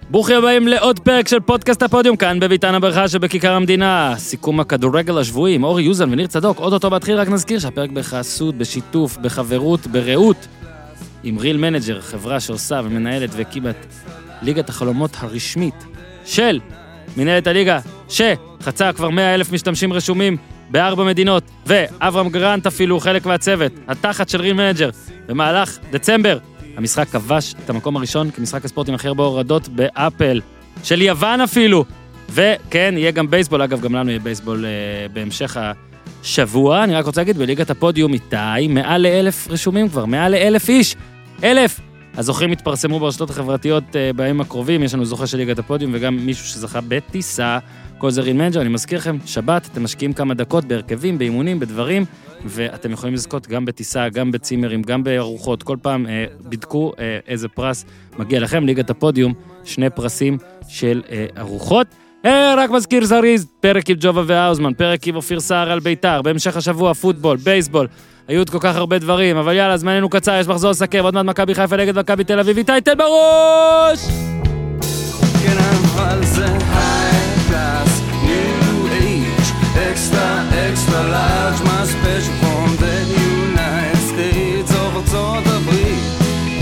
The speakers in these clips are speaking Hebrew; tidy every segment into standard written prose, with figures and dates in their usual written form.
ברוכים הבאים לעוד פרק של פודקאסט הפודיום כאן בביתן הברכה שבכיכר המדינה. סיכום הכדורגל השבועי עם אורי יוזן וניר צדוק. עוד אותו בהתחיל, רק נזכיר שהפרק בחסות, בשיתוף, בחברות, ברעות עם ריל מנג'ר, חברה שעושה ומנהלת והקימה ליגת החלומות הרשמית של מנהלת הליגה, שחצה כבר 100,000 משתמשים רשומים ב4 מדינות, ואברהם גרנט אפילו חלק מהצוות, התחת של ריל מנג'ר, במהלך דצמבר. המשחק כבש את המקום הראשון כמשחק הספורטים הכי הרבה הורדות באפל, של יוון אפילו. וכן, יהיה גם בייסבול, אגב, גם לנו יהיה בייסבול בהמשך השבוע. אני רק רוצה להגיד, בליגת הפודיום איתי, מעל ל1,000 רשומים כבר, מעל ל1,000 איש. 1,000! הזוכים התפרסמו ברשתות החברתיות בימים הקרובים, יש לנו זוכה של ליגת הפודיום, וגם מישהו שזכה בטיסה, כל זה ריל מנג'ר. אני מזכיר לכם, שבת, אתם משקיעים כמה דקות בהרכבים, באימונים, בדברים, ואתם יכולים לזכות גם בטיסה, גם בצימרים, גם בארוחות. כל פעם בדקו איזה פרס מגיע לכם. ליגת הפודיום, 2 פרסים של ארוחות. רק מזכיר זריז, פרק עם ג'ובה והאוזמן, פרק עם אופיר סער על ביתר, בהמשך השבוע פוטבול, בייסבול, היו עוד כל כך הרבה דברים, אבל יאללה, זמננו קצר, יש מחזור סכם, עוד מעט מכבי חיפה נגד מכבי תל אביב, איתי תל בראש! כן, אבל זה high class, new age, extra large, my special from the United States of ארצות הברית.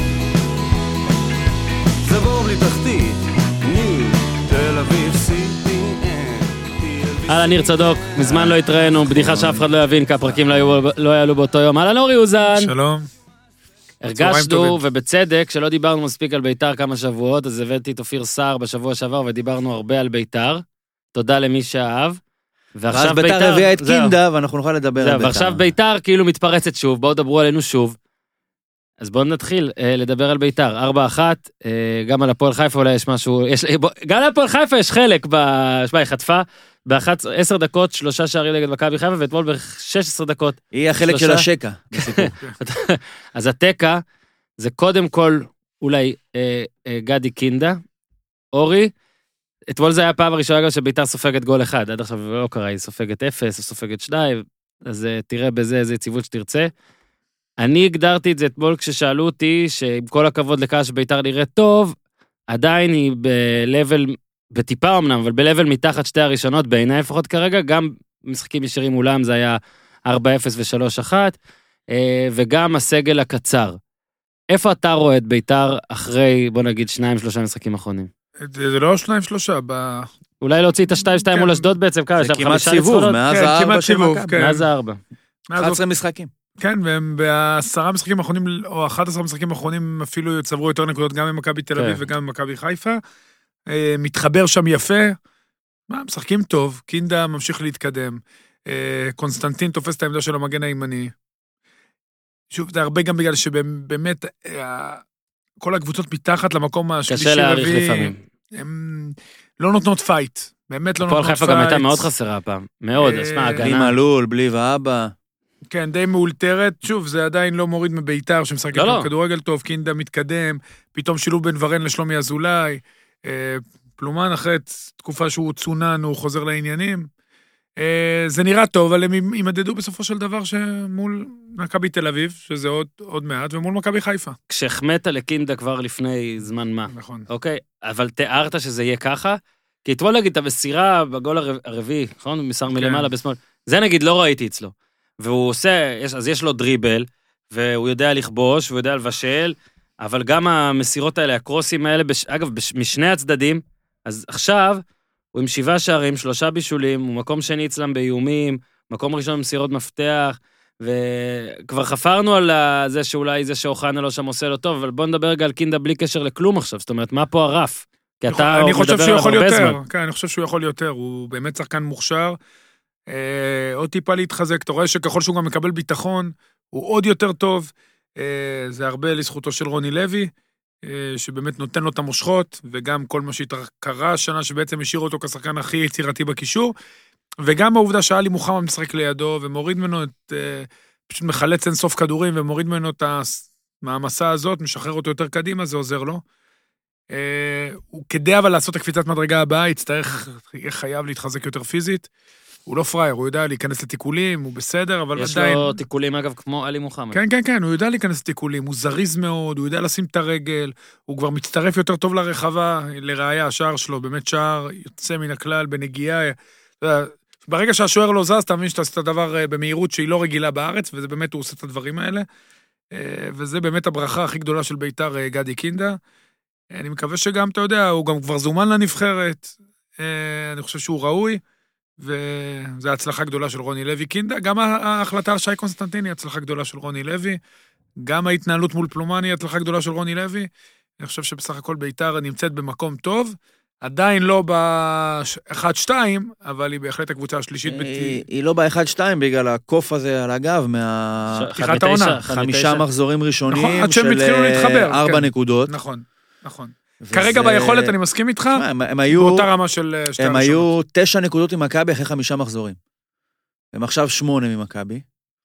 זה בור בלי תחתית, new תל אביב CTN. הלאה, ניר צדוק, מזמן לא התראינו, בדיחה שאף אחד לא יבין, כי הפרקים לא יעלו באותו יום. הלאה, אורי יוזן. שלום. הרגשנו, ובצדק, שלא דיברנו מספיק על ביתר כמה שבועות, אז הבאתי את אופיר סער בשבוע שעבר, ודיברנו הרבה על ביתר. תודה למי שאהב. ואז ביתר הביאה את קינדה, ואנחנו נוכל לדבר על ביתר. ועכשיו ביתר כאילו מתפרצת שוב, בואו דברו עלינו שוב. אז בואו נתחיל לדבר על ביתר. 4-1, גם על הפועל חיפה אולי יש משהו, גם על הפועל חיפה יש חלק, היא חטפה, ב-10 דקות, 3 שערים נגד מכבי חיפה, ואתמול ב-16 דקות. היא החלק של השקע. אז התקה, זה קודם כל אולי גדי קינדה, אורי, אתמול זה היה הפעם הראשונה גם שביתר סופגת גול אחד, עד עכשיו לא קרה, היא סופגת 0, סופגת 2, אז תראה בזה איזה יציבות שתרצה. אני הגדרתי את זה אתמול כששאלו אותי, שעם כל הכבוד לכך שביתר נראית טוב, עדיין היא בלבל, בטיפה אמנם, אבל בלבל מתחת 2 הראשונות, בעיניי לפחות כרגע, גם משחקים ישירים מולם זה היה 4-0 ו-3-1, וגם הסגל הקצר. איפה אתה רואה את ביתר אחרי, בוא נגיד, 2-3 משחקים אחרונים? זה לא 2-3, אולי להוציא את ה-2-2 מול אשדוד בעצם, זה כמעט סיבוב, מאז ה-4. 11 משחקים. כן, וב10 משחקים האחרונים, או 11 משחקים האחרונים, אפילו צברו יותר נקודות גם במכבי תל אביב וגם במכבי חיפה. מתחבר שם יפה, משחקים טוב, קינדה ממשיך להתקדם, קונסטנטין תופס את העמדה של המגן הימני. שוב, זה הרבה גם בגלל שבאמת, כל הקבוצות מתחת למקום השלישי קשה להעריך לפעמים. הן לא נותנות פייט, באמת לא נותנות פייט. הפועל חיפה גם הייתה מאוד חסרה הפעם, מאוד, אשמה, הגנה. בלי מלול, בלי ואבא. כן, די מאולתרת, שוב, זה עדיין לא מוריד מביתר, שמשחק עם כדורגל טוב, קינדה מתקדם, פתאום שילוב בין ורן לשלומי אזולאי, פלומן אחרי תקופה שהוא צונן, הוא חוזר לעניינים. זה נראה טוב, אבל הם ימדדו בסופו של דבר שמול מכבי תל אביב, שזה עוד מעט, ומול מכבי חיפה. כשהחמאת לקינדה כבר לפני זמן מה. נכון. אוקיי, אבל תיארת שזה יהיה ככה, כי אתמול להגיד, את המסירה בגול הרביעי, נכון? הוא מסר מלמעלה בשמאל. זה נגיד לא ראיתי אצלו. והוא עושה, אז יש לו דריבל, והוא יודע לכבוש, והוא יודע לבשל, אבל גם המסירות האלה, הקרוסים האלה, אגב, משני הצדדים, אז עכשיו, הוא עם 7 שערים, 3 בישולים, הוא מקום שני אצלם באיומים, מקום ראשון במסירות מפתח, וכבר חפרנו על זה שאולי זה שאוחנה לא שם עושה לו טוב, אבל בוא נדבר רגע על קינדה בלי קשר לכלום עכשיו, זאת אומרת, מה פה הרף? כי אתה מדבר עליו הרבה זמן. כן, אני חושב שהוא יכול יותר, הוא באמת שחקן מוכשר, עוד טיפה להתחזק, אתה רואה שככל שהוא גם מקבל ביטחון, הוא עוד יותר טוב, זה הרבה לזכותו של רוני לוי, שבאמת נותן לו את המושכות, וגם כל מה שקרה השנה, שבעצם השאיר אותו כשחקן הכי יצירתי בקישור, וגם העובדה שאלי מוחמד משחק לידו, ומוריד ממנו את, פשוט מחלץ אין סוף כדורים, ומוריד ממנו את המעמסה הזאת, משחרר אותו יותר קדימה, זה עוזר לו. הוא כדי אבל לעשות את הקפיצת מדרגה הבאה, יהיה חייב להתחזק יותר פיזית, הוא לא פרייר, הוא יודע להיכנס לתיקולים, הוא בסדר, אבל יש עדיין... לו תיקולים, אגב, כמו עלי מוחמד. כן, הוא יודע להיכנס לתיקולים, הוא זריז מאוד, הוא יודע לשים את הרגל, הוא כבר מצטרף יותר טוב לרחבה, לראיה, השער שלו, באמת שער יוצא מן הכלל, בנגיעה. ברגע שהשוער לא זז, אתה מבין שאתה עושה את הדבר במהירות שהיא לא רגילה בארץ, וזה באמת, הוא עושה את הדברים האלה. וזה באמת הברכה הכי גדולה של ביתר גדי קינדה. אני מקווה שגם, אתה יודע, הוא גם כבר זומן לנבחרת, אני חושב שהוא ראוי, וזו הצלחה גדולה של רוני לוי קינדה, גם ההחלטה על שי קונסטנטיני, הצלחה גדולה של רוני לוי, גם ההתנהלות מול פלומני, הצלחה גדולה של רוני לוי, אני חושב שבסך הכל ביתר נמצאת במקום טוב, עדיין לא ב-1-2, אבל היא בהחלט הקבוצה השלישית. היא לא ב-1-2 בגלל הקוף הזה על הגב, פתיחת העונה. 5 מחזורים ראשונים של 4 נקודות. נכון. כרגע ביכולת אני מסכים איתך, באותה רמה של שתי הם היו 9 נקודות עם מכבי אחרי 5 מחזורים. הם עכשיו 8 ממכבי.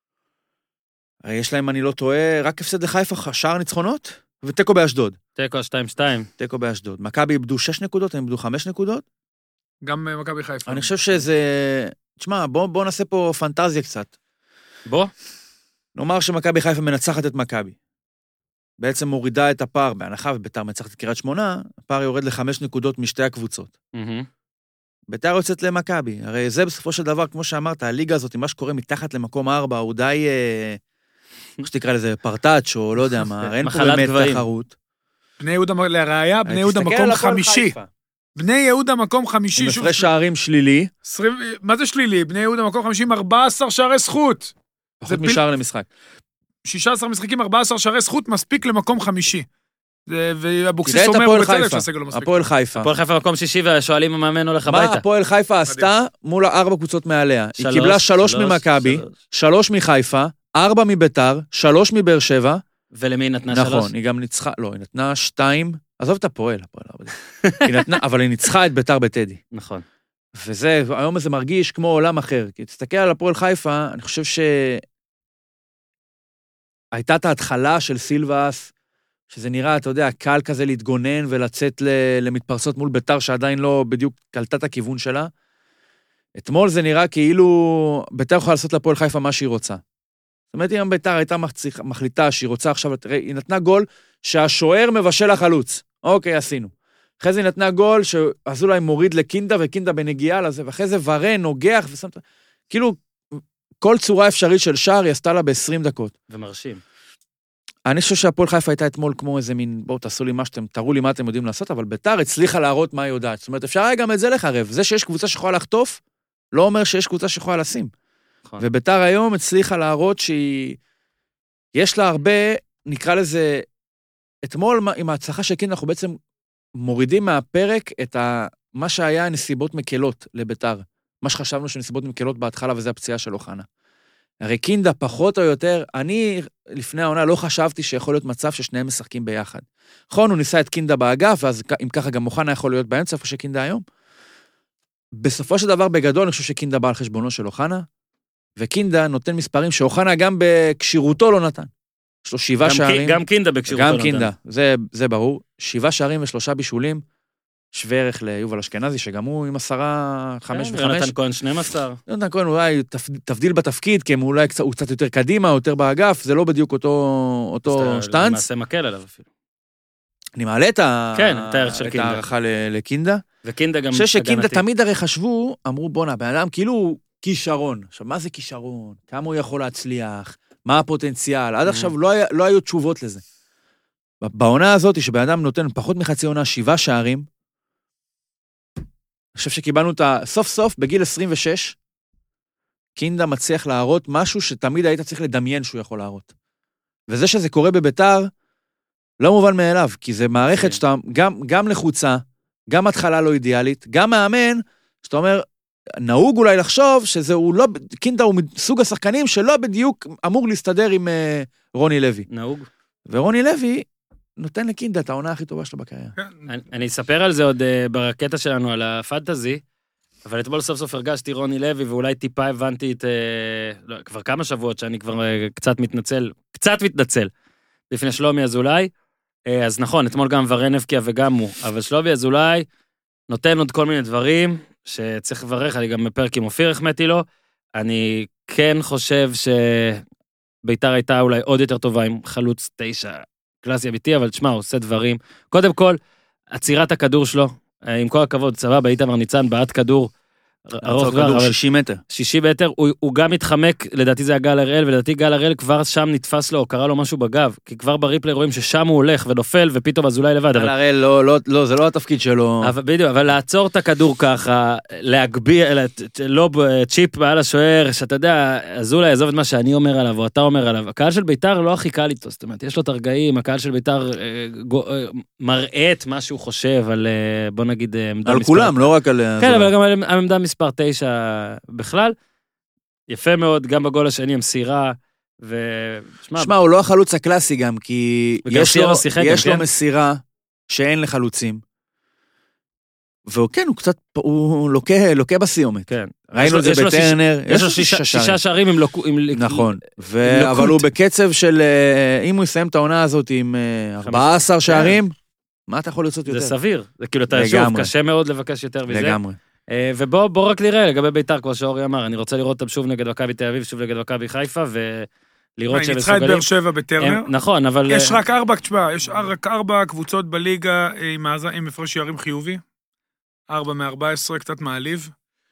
הרי יש להם, אני לא טועה, רק הפסד לחיפה, שער ניצחונות, ותיקו באשדוד. תיקו 2-2. תיקו באשדוד. מכבי איבדו 6 נקודות, הם איבדו 5 נקודות. גם מכבי חיפה. אני חושב שזה... תשמע, בוא נעשה פה פנטזיה קצת. בוא. נאמר שמכבי חיפה מנצחת את מכבי. בעצם מורידה את הפער, בהנחה וביתר מנצחת את קריית שמונה, הפער יורד ל5 נקודות משתי הקבוצות. ביתר יוצאת למכבי. הרי זה בסופו של דבר, כמו שאמרת, הליגה הזאת, מה שקורה מתחת למקום 4, הוא די... איך שתקרא לזה, פרטאץ' או לא יודע מה, אין פה באמת תחרות. בני יהודה, לראיה, בני יהודה מקום 5. בני יהודה מקום 5. עם הפרש שערים שלילי. מה זה שלילי? בני יהודה מקום 5 עם 14 שערי זכות. פחות משער למשחק. 16 משחקים, 14 שערי זכות, מספיק למקום 5. ואבוקסיס אומר, הוא בצדק שהסגל לא מספיק. הפועל חיפה. הפועל חיפה מקום 6, והשואלים המאמן הולך הביתה. מה הפועל חיפה עשתה מול 4 קבוצות מעליה? היא קיבלה 3 ממכבי, 3 מחיפה, 4 מביתר, 3 מבאר שבע. ולמי היא נתנה 3? נכון, היא גם ניצחה, לא, היא נתנה 2, עזוב את הפועל, אבל היא ניצחה את ביתר בטדי. נכון. וזה, היום זה מרגיש כמו עולם אחר, כי תסתכל על הפועל חיפה, אני חושב הייתה את ההתחלה של סילבאס, שזה נראה, אתה יודע, קל כזה להתגונן ולצאת למתפרסות מול ביתר, שעדיין לא בדיוק קלטה את הכיוון שלה. אתמול זה נראה כאילו ביתר יכולה לעשות לפועל חיפה מה שהיא רוצה. זאת אומרת, אם ביתר הייתה מחליטה שהיא רוצה עכשיו, היא נתנה גול שהשוער מבשל לחלוץ. אוקיי, עשינו. אחרי זה היא נתנה גול שעשו להם מוריד לקינדה, וקינדה בנגיעה לזה, ואחרי זה ורן נוגח ושמת... כאילו, כל צורה אפשרית של שער היא עשתה לה ב-20 דקות. ומרשים. אני חושב שהפועל חיפה הייתה אתמול כמו איזה מין, בואו תעשו לי מה שאתם, תראו לי מה אתם יודעים לעשות, אבל ביתר הצליחה להראות מה היא יודעת. זאת אומרת, אפשר היה גם את זה לחרב. זה שיש קבוצה שיכולה לחטוף, לא אומר שיש קבוצה שיכולה לשים. וביתר היום הצליחה להראות שהיא, יש לה הרבה, נקרא לזה, אתמול עם ההצלחה של קינדה, אנחנו בעצם מורידים מהפרק את מה שהיה נסיבות מקלות לביתר. מה שחשבנו שנסיבות מקלות בהתחלה, וזה הפציעה של אוחנה. הרי קינדה פחות או יותר, אני לפני העונה לא חשבתי שיכול להיות מצב ששניהם משחקים ביחד. נכון, הוא ניסה את קינדה באגף, ואז אם ככה גם אוחנה יכול להיות באמצע, איפה שקינדה היום. בסופו של דבר בגדול, אני חושב שקינדה בא על חשבונו של אוחנה, וקינדה נותן מספרים שאוחנה גם בקשירותו לא נתן. יש לו 7 שערים. גם קינדה בקשירותו גם קינדה, זה ברור. 7 שערים ו3 בישולים, שווה ערך ליובל אשכנזי, שגם הוא עם 10, 5 ו-5. יונתן כהן 12. יונתן כהן אולי תבדיל בתפקיד, כי אולי הוא קצת יותר קדימה, יותר באגף, זה לא בדיוק אותו שטנץ. למעשה מקל עליו אפילו. אני מעלה את הערכה לקינדה. וקינדה גם... אני חושב שקינדה תמיד הרי חשבו, אמרו בונה, בן אדם כאילו כישרון. עכשיו, מה זה כישרון? כמה הוא יכול להצליח? מה הפוטנציאל? עד עכשיו לא היו תשובות לזה. בעונה הזאת, שבן אדם נותן פחות מחצי עונה 7 שערים, אני חושב שקיבלנו אותה סוף סוף, בגיל 26, קינדה מצליח להראות משהו שתמיד היית צריך לדמיין שהוא יכול להראות. וזה שזה קורה בביתר, לא מובן מאליו, כי זה מערכת שאתה גם לחוצה, גם התחלה לא אידיאלית, גם מאמן, שאתה אומר, נהוג אולי לחשוב קינדה הוא מסוג השחקנים שלא בדיוק אמור להסתדר עם רוני לוי. נהוג. ורוני לוי נותן לקינדה את העונה הכי טובה שלו בקריירה. אני אספר על זה עוד ברקטה שלנו, על הפנטזי, אבל אתמול סוף סוף הרגשתי רוני לוי, ואולי טיפה הבנתי כבר כמה שבועות שאני כבר קצת מתנצל, לפני שלומי אזולאי, אז נכון, אתמול גם ורן הבקיע וגם הוא, אבל שלומי אזולאי נותן עוד כל מיני דברים, שצריך לברך, אני גם בפרק עם אופיר החמאתי לו, אני כן חושב שביתר הייתה אולי עוד יותר טובה עם חלוץ 9 קלאסי אמיתי, אבל תשמע, הוא עושה דברים. קודם כל, עצירת הכדור שלו, עם כל הכבוד, סבבה, איתמר ניצן בעט כדור, ארוך כדור 60 מטר. 60 מטר, הוא גם מתחמק, לדעתי זה הגל הראל, ולדעתי גל הראל כבר שם נתפס לו, או קרה לו משהו בגב, כי כבר בריפלי רואים ששם הוא הולך ונופל, ופתאום אז אולי לבד. גל הראל, לא, זה לא התפקיד שלו. בדיוק, אבל לעצור את הכדור ככה, להגביה, לא צ'יפ מעל השוער, שאתה יודע, אז אולי יעזוב את מה שאני אומר עליו, או אתה אומר עליו. הקהל של ביתר לא הכי קל איתו, זאת אומרת, יש לו את הרגעים, הקהל של ביתר מראה את מה שהוא חושב על, בוא נגיד, על כולם, לא רק על... כן, אבל גם על עמדה מספר 9 בכלל. יפה מאוד, גם בגול השני המסירה, שמע, הוא לא החלוץ הקלאסי גם, כי יש לו מסירה שאין לחלוצים. וכן, הוא קצת, הוא לוקה בסיומת. כן. ראינו את זה בטרנר. יש לו 6 שערים עם נכון. אבל הוא בקצב של, אם הוא יסיים את העונה הזאת עם 14 שערים, מה אתה יכול לרצות יותר? זה סביר. זה כאילו, אתה שוב, קשה מאוד לבקש יותר מזה. לגמרי. ובוא רק נראה, לגבי ביתר, כמו שאורי אמר, אני רוצה לראות אותם שוב נגד מכבי תל אביב, שוב נגד מכבי חיפה, ולראות שהם מסוגלים. ניצחה את באר שבע בטרנר. נכון, אבל... יש רק 4 קבוצות בליגה עם הפרש שערים חיובי. 4 מ-14, קצת מעליב.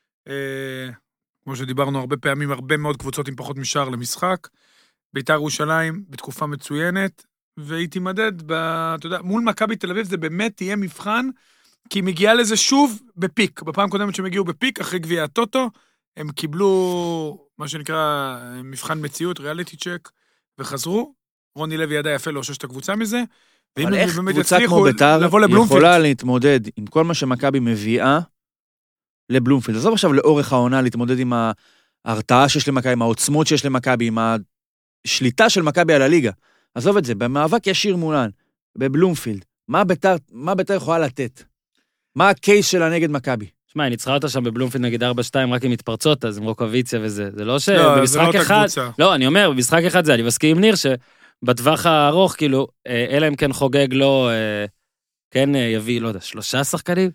כמו שדיברנו הרבה פעמים, הרבה מאוד קבוצות עם פחות משער למשחק. ביתר ירושלים בתקופה מצוינת, והיא תימדד, אתה יודע, מול מכבי תל אביב זה באמת תהיה מבחן, כי היא מגיעה לזה שוב בפיק. בפעם קודמת שהם הגיעו בפיק, אחרי גביע הטוטו, הם קיבלו מה שנקרא מבחן מציאות, ריאליטי צ'ק, וחזרו. רוני לוי ידע יפה לאושש את הקבוצה מזה. אבל איך קבוצה כמו ביתר יכולה להתמודד עם כל מה שמכבי מביאה לבלומפילד? עזוב עכשיו לאורך העונה להתמודד עם ההרתעה שיש למכבי, עם העוצמות שיש למכבי, עם השליטה של מכבי על הליגה. עזוב את זה, במאבק ישיר מולן, בבלומפילד, מה ביתר יכולה לתת? מה הקייס שלה נגד מכבי? שמע, היא ניצחה אותה שם בבלומפילד נגיד 4-2 רק עם מתפרצות, אז עם רוקוויציה וזה. זה לא שבמשחק אחד... לא, אני אומר, במשחק אחד זה, אני מסכים עם ניר שבטווח הארוך, כאילו, אלא אם כן חוגג לו, כן יביא, לא יודע, 3 שחקנים?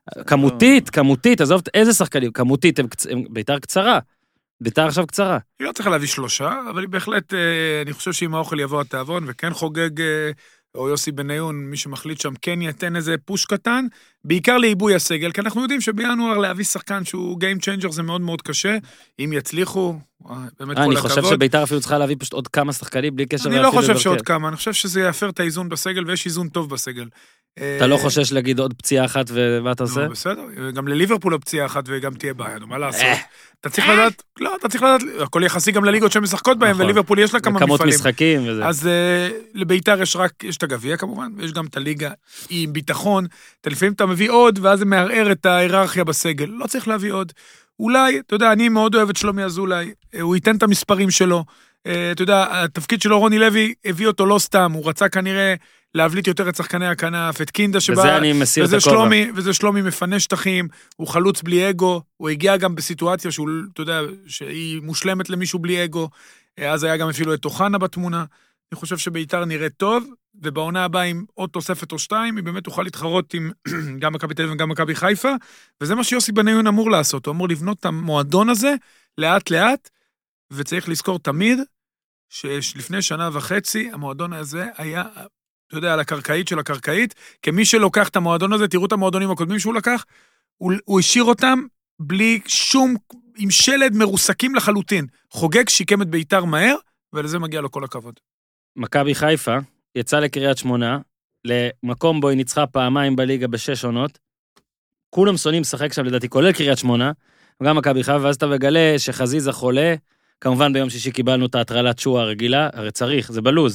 כמותית, עזוב איזה שחקנים, כמותית, ביתר קצרה. ביתר עכשיו קצרה. היא לא צריכה להביא 3, אבל היא בהחלט, אני חושב שאם האוכל יבוא התיאבון, וכן חוגג... או יוסי בניון, מי שמחליט שם, כן יתן איזה פוש קטן, בעיקר לעיבוי הסגל, כי אנחנו יודעים שבינואר להביא שחקן שהוא Game Changer זה מאוד מאוד קשה, אם יצליחו, באמת כל הכבוד. אני חושב שביתר אפילו צריכה להביא פשוט עוד כמה שחקנים, בלי קשר. אני לא חושב שעוד כמה, אני חושב שזה יאפר את האיזון בסגל, ויש איזון טוב בסגל. אתה לא חושש להגיד עוד פציעה אחת, ומה אתה עושה? בסדר, גם לליברפול פציעה אחת, וגם תהיה בעיה, מה לעשות? אתה צריך לדעת, לא, אתה צריך לדעת, הכל יחסי גם לליגות שהן משחקות בהן, וליברפול יש לה כמה מפעלים. כמות משחקים וזה. אז לביתר יש את הגביע כמובן, ויש גם את הליגה עם ביטחון, לפעמים אתה מביא עוד, ואז זה מערער את ההיררכיה בסגל. לא צריך להביא עוד. אולי, אתה יודע, אני מאוד אוהב את שלומי אזולאי, הוא ייתן את המספרים שלו, אתה יודע, התפקיד שלו רוני לוי הביא אותו לא סתם, הוא רצה כנראה להבליט יותר את שחקני הכנף, את קינדה שבא, וזה אני מסיר את הכובע. וזה שלומי מפנה שטחים, הוא חלוץ בלי אגו, הוא הגיע גם בסיטואציה שהוא, אתה יודע, שהיא מושלמת למישהו בלי אגו, אז היה גם אפילו את אוחנה בתמונה, אני חושב שביתר נראה טוב, ובעונה הבאה עם עוד תוספת או 2, היא באמת תוכל להתחרות עם גם מכבי תל אביב וגם מכבי חיפה, וזה מה שיוסי בניון אמור לעשות, הוא אמור לבנות את המועדון הזה, לאט לאט, וצריך לזכור תמיד, שלפני 1.5 שנה, המועדון הזה היה, אתה יודע, על הקרקעית של הקרקעית, כמי שלוקח את המועדון הזה, תראו את המועדונים הקודמים שהוא לקח, הוא השאיר אותם בלי שום, עם שלד מרוסקים לחלוטין, חוגג שיקם את ביתר מהר, ולזה מגיע לו כל הכבוד. מכבי חיפה יצא לקריית שמונה, למקום בו היא ניצחה פעמיים בליגה ב6 עונות, כולם שונאים לשחק שם לדעתי, כולל קריית שמונה, וגם מכבי חיפה, ואז אתה מגלה שחזיזה חולה, כמובן ביום שישי קיבלנו את ההטרלת שואה הרגילה, הרי צריך, זה בלוז,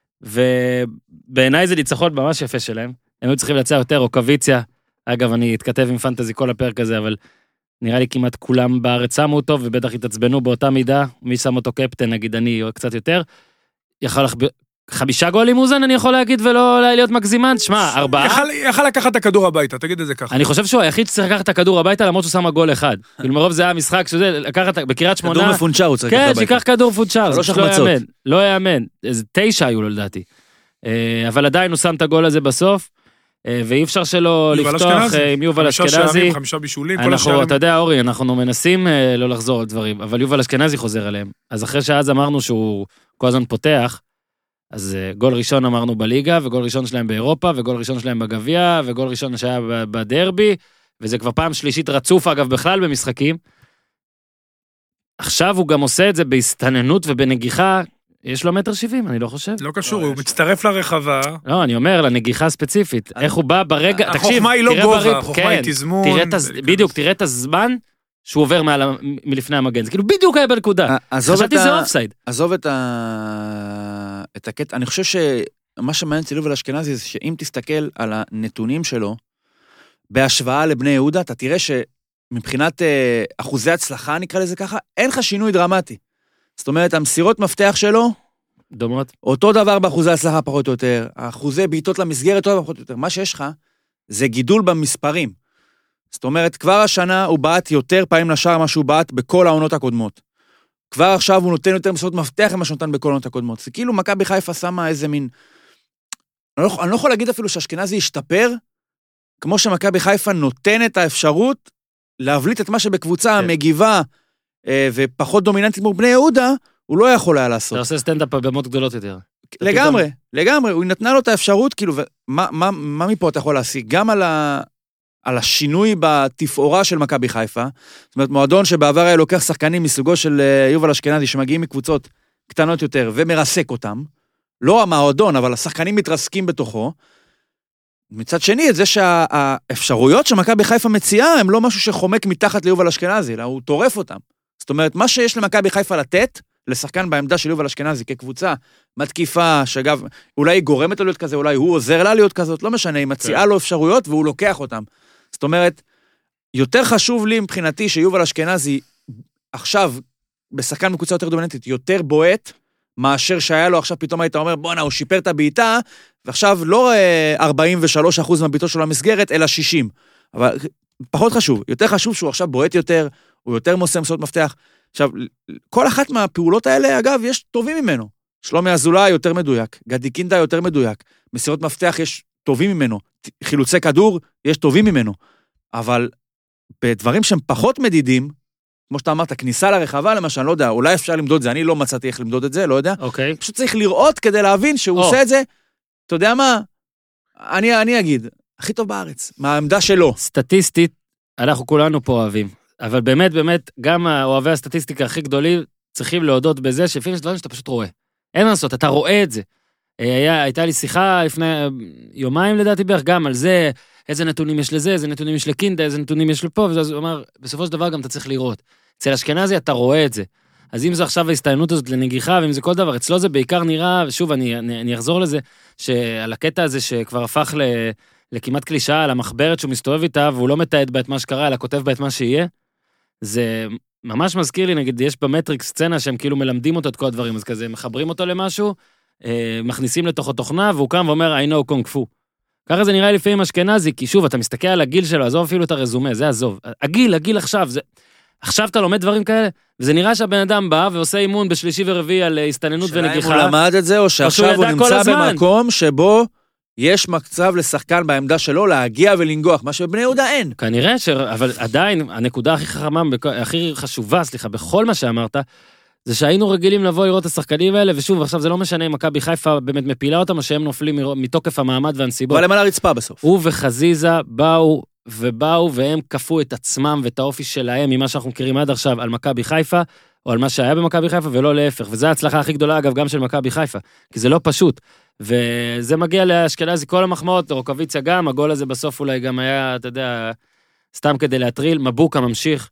ובעיניי זה ניצחון ממש יפה שלהם, הם היו צריכים לצא יותר, רוקוויציה, אגב אני אתכתב עם פנטזי כל הפרק הזה, אבל נראה לי כמעט כולם בארץ שמו אותו, ובטח התעצבנו באותה מידה, מי שם אותו קפטן, נגיד אני, או קצת יותר, יכול 5 גולים אוזן, אני יכול להגיד, ולא להיות מגזימן, שמע, 4. יכל לקחת את הכדור הביתה, תגיד את זה ככה. אני חושב שהוא היחיד שצריך לקחת את הכדור הביתה, למרות שהוא שם גול אחד. כאילו מרוב זה היה משחק, שזה, לקחת בקריית שמונה. כדור מפונצ'ר הוא צריך לקחת הביתה. כן, שיקח כדור מפונצ'ר. לא יאמן. איזה 9 היו לו לדעתי. אבל עדיין הוא שם את הגול הזה בסוף. ואי אפשר שלא יובל לפתוח אשכנזי. עם יובל 5 אשכנזי. שערים, 5 בישולים, כל אנחנו, השערים. אתה יודע, אורי, אנחנו מנסים לא לחזור על דברים, אבל יובל אשכנזי חוזר עליהם. אז אחרי שאז אמרנו שהוא כל הזמן פותח, אז גול ראשון אמרנו בליגה, וגול ראשון שלהם באירופה, וגול ראשון שלהם בגביע, וגול ראשון שהיה בדרבי, וזה כבר פעם שלישית רצוף, אגב, בכלל במשחקים. עכשיו הוא גם עושה את זה בהסתננות ובנגיחה, יש לו 1.70 מטר, אני לא חושב. לא קשור, הוא מצטרף לרחבה. לא, אני אומר, לנגיחה ספציפית. איך הוא בא ברגע, תקשיב, החוכמה היא לא תראה גובה, בריב, החוכמה כן, היא תזמון. בדיוק, תראה את הזמן שהוא עובר מלפני המגן. זה כאילו בדיוק היה בנקודה. חשבתי זה אופסייד. עזוב את הקטע, אני חושב שמה שמעניין אצל יובל אשכנזי זה שאם תסתכל על הנתונים שלו, בהשוואה לבני יהודה, אתה תראה שמבחינת אחוזי הצלחה, נקרא לזה ככה, אין לך שינוי דרמטי. זאת אומרת, המסירות מפתח שלו, דומות. אותו דבר באחוזי הצלחה פחות או יותר, האחוזי בעיטות למסגרת אותו דבר פחות או יותר. מה שיש לך זה גידול במספרים. זאת אומרת, כבר השנה הוא בעט יותר פעמים לשער מה שהוא בעט בכל העונות הקודמות. כבר עכשיו הוא נותן יותר מסירות מפתח ממה שנותן בכל העונות הקודמות. זה כאילו מכבי חיפה שמה איזה מין... אני לא יכול להגיד אפילו שאשכנזי ישתפר, כמו שמכבי חיפה נותן את האפשרות להבליט את מה שבקבוצה המגיבה ופחות דומיננטית כמו בני יהודה, הוא לא יכול היה לעשות. אתה עושה סטנדאפ במות גדולות יותר. לגמרי, לגמרי. הוא נתנה לו את האפשרות, כאילו, מה מפה אתה יכול להשיג? גם על השינוי בתפאורה של מכבי חיפה, זאת אומרת, מועדון שבעבר היה לוקח שחקנים מסוגו של יובל אשכנזי, שמגיעים מקבוצות קטנות יותר ומרסק אותם, לא המועדון, אבל השחקנים מתרסקים בתוכו, מצד שני, את זה שהאפשרויות שמכבי חיפה מציעה, הם לא משהו שחומק מתחת ליובל אשכנזי, אלא הוא טורף אותם. זאת אומרת, מה שיש למכבי חיפה לתת, לשחקן בעמדה של יובל אשכנזי, כקבוצה מתקיפה, שאגב, אולי היא גורמת לו להיות כזה, אולי הוא עוזר לה להיות כזאת, לא משנה, היא מציעה לו אפשרויות, והוא לוקח אותם. זאת אומרת, יותר חשוב לי מבחינתי, שיובל אשכנזי, עכשיו, בשחקן מקבוצה יותר דומיננטית, יותר בועט, מאשר שהיה לו עכשיו פתאום היית אומר, בוא'נה, הוא שיפר את הבעיטה, ועכשיו לא 43% מהבעיטות שלו למסגרת, אלא 60. אבל פחות חשוב, יותר חשוב שהוא עכשיו בועט יותר, הוא יותר מוסר מסירות מפתח. עכשיו, כל אחת מהפעולות האלה, אגב, יש טובים ממנו. שלומי אזולאי יותר מדויק, גדי קינדה יותר מדויק, מסירות מפתח יש טובים ממנו, חילוצי כדור יש טובים ממנו. אבל בדברים שהם פחות מדידים, כמו שאתה אמרת, כניסה לרחבה, למשל, אני לא יודע, אולי אפשר למדוד את זה, אני לא מצאתי איך למדוד את זה, לא יודע. אוקיי. פשוט צריך לראות כדי להבין שהוא עושה את זה, אתה יודע מה? אני אגיד, הכי טוב בארץ, מהעמדה שלו. סטטיסטית, אנחנו כולנו פה אוהבים, אבל באמת, באמת, גם אוהבי הסטטיסטיקה הכי גדולים, צריכים להודות בזה, שלפעמים יש דברים שאתה פשוט רואה. אין מה לעשות, אתה רואה את זה. הייתה לי שיחה לפני יומיים לדעתי בערך, גם על זה, איזה נתונים יש לזה, איזה נתונים יש לקינדה, איזה נתונים יש לפה, וזה אומר, בסופו של דבר גם אתה צריך לראות. אצל אשכנזי אתה רואה את זה. אז אם זה עכשיו ההסתיינות הזאת לנגיחה, ואם זה כל דבר, אצלו זה בעיקר נראה, ושוב, אני אחזור לזה, שעל הקטע הזה שכבר הפך לכמעט קלישאה, על המחברת שהוא מסתובב איתה, והוא לא מתעד בה את מה שקרה, אלא כותב בה את מה שיהיה, זה ממש מזכיר לי, נגיד, יש במטריקס סצנה שהם כאילו מלמדים אותו את כל הדברים, אז כזה מחברים אותו למשהו, מכניסים לתוכו תוכנה, והוא קם ואומר, I know Kung Fu. ככה זה נראה לי לפעמים אשכנזי, כי שוב, אתה מסתכל על הגיל שלו, עזוב אפילו את הרזומה, זה עזוב. הגיל עכשיו, עכשיו אתה לומד דברים כאלה, וזה נראה שהבן אדם בא ועושה אימון בשלישי ורביעי על הסתננות ונגיחה. שאלה אם הוא למד את זה, או שעכשיו הוא נמצא במקום שבו יש מקצב לשחקן בעמדה שלו להגיע ולנגוח, מה שבבני יהודה אין. כנראה אבל עדיין, הנקודה הכי חכמה, הכי חשובה, סליחה, בכל מה שאמרת, זה שהיינו רגילים לבוא לראות את השחקנים האלה, ושוב, עכשיו זה לא משנה אם מכבי חיפה באמת מפילה אותם, או שהם נופלים מתוקף המעמד והנסיבות. אבל הם על הרצפה בסוף. הוא וחזיזה באו והם כפו את עצמם ואת האופי שלהם ממה שאנחנו מכירים עד עכשיו על מכבי חיפה, או על מה שהיה במכבי חיפה, ולא להפך. וזו ההצלחה הכי גדולה, אגב, גם של מכבי חיפה, כי זה לא פשוט. וזה מגיע לאשכנזי כל המחמאות, רוקוויציה גם, הגול הזה בסוף אולי גם היה, אתה יודע, סתם כדי להטריל, מבוקה ממשיך.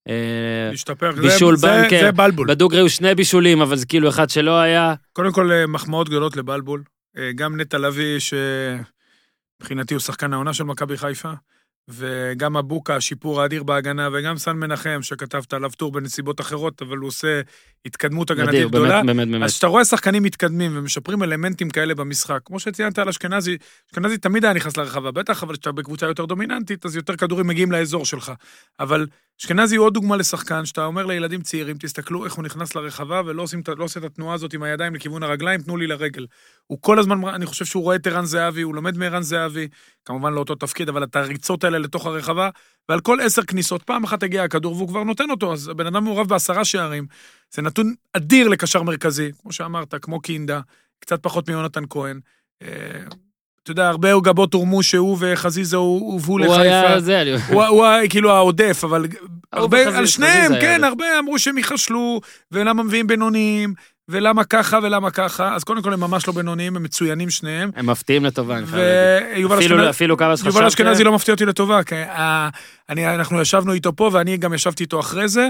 בישול בנקר, זה בלבול. בדוגרי הוא 2 בישולים, אבל זה כאילו אחד שלא היה. קודם כל, מחמאות גדולות לבלבול. גם נטע לוי, מבחינתי הוא שחקן העונה של מכבי חיפה. וגם אבוקה, השיפור האדיר בהגנה, וגם סן מנחם, שכתבת עליו טור בנסיבות אחרות, אבל הוא עושה התקדמות הגנתית גדולה. אז שאתה רואה שחקנים מתקדמים ומשפרים אלמנטים כאלה במשחק, כמו שציינת על אשכנזי, אשכנזי תמיד היה נכנס לרחבה, בטח, אבל כשאתה בקבוצה יותר דומיננטית, אז יותר כדורים מגיעים לאזור שלך. אבל אשכנזי הוא עוד דוגמה לשחקן, שאתה אומר לילדים צעירים, תסתכלו איך הוא נכנס לרחבה, ולא עושה את התנועה הזאת עם הידיים לכיוון הרגליים, תנו לי לרגל. הוא כל הזמן, אני חושב שהוא רואה את ערן זהבי, הוא לומד מערן זהבי, כמובן לא אותו תפקיד, אבל את הריצות האלה לתוך הרחבה, ועל כל 10 כניסות, פעם אחת הגיע הכדור, והוא כבר נותן אותו, אז הבן אדם מעורב ב10 שערים, זה נתון אדיר לקשר מרכזי, כמו שאמרת, כמו קינדה, קצת פחות מיונתן כהן, אתה יודע, הרבה גבות הורמו שהוא וחזיזה הובאו לחיפה. הוא היה זה. הוא כאילו העודף, אבל הרבה, על שניהם, כן, הרבה אמרו שהם יחשלו, ולמה מביאים בינוניים, ולמה ככה ולמה ככה, אז קודם כל הם ממש לא בינוניים, הם מצוינים שניהם. הם מפתיעים לטובה. אפילו כמה שחשבת. יובל אשכנזי לא מפתיע אותי לטובה, כי אנחנו ישבנו איתו פה, ואני גם ישבתי איתו אחרי זה,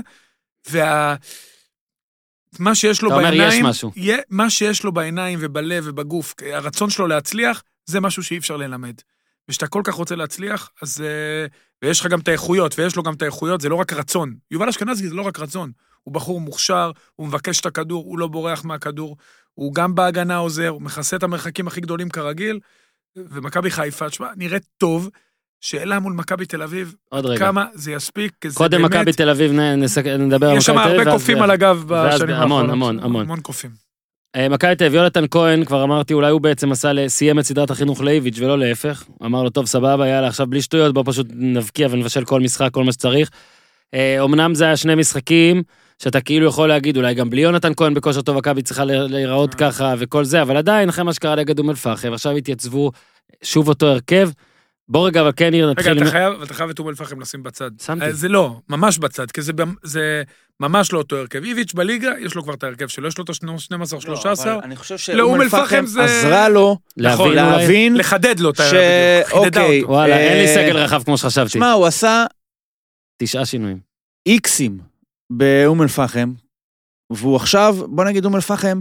מה שיש לו בעיניים, מה שיש לו בעיניים ובלב ובגוף, הרצון שלו להצליח, זה משהו שאי אפשר ללמד. ושאתה כל כך רוצה להצליח, אז, ויש לך גם את האיכויות, ויש לו גם את האיכויות, זה לא רק רצון. יובל אשכנזי זה לא רק רצון. הוא בחור מוכשר, הוא מבקש את הכדור, הוא לא בורח מהכדור, הוא גם בהגנה עוזר, הוא מכסה את המרחקים הכי גדולים כרגיל, ומכבי חיפה, תשמע, נראה טוב, שאלה מול מכבי תל אביב, כמה זה יספיק, קודם מכבי תל אביב נדבר על מכבי תל אביב. יש שם הרבה קופים על הגב בשנים האחרונות. המון קופים. מכבי תל אביב, יונתן כהן, כבר אמרתי, אולי הוא בעצם סיים את סדרת החינוך לאיביץ' ולא להפך. אמר לו, טוב, סבבה, יאללה, עכשיו בלי שטויות, בוא פשוט נבקיע ונבשל כל משחק, כל מה שצריך. אמנם זה היה 2 משחקים, שאתה כאילו יכול להגיד, אולי גם בלי יונתן כהן בכושר טוב, מכבי צריכה להיראות ככה וכל זה, אבל עדיין, אחרי מה שקרה נגד אום אל-פחם, עכשיו התייצבו שוב אותו הרכב. בוא רגע, אבל כן נתחיל... רגע, אתה חייב את אום אל-פחם לשים בצד. שמתי. זה לא, ממש בצד, כי זה ממש לא אותו הרכב. איביץ' בליגה, יש לו כבר את ההרכב שלו, יש לו את ה-12-13. אני חושב שאום אל-פחם עזרה לו להבין... לחדד לו את אוקיי. וואלה, אין לי סגל רחב כמו שחשבתי. שמע, הוא עשה... 9 שינויים. איקסים באום אל-פחם, והוא עכשיו, בוא נגיד אום אל-פחם,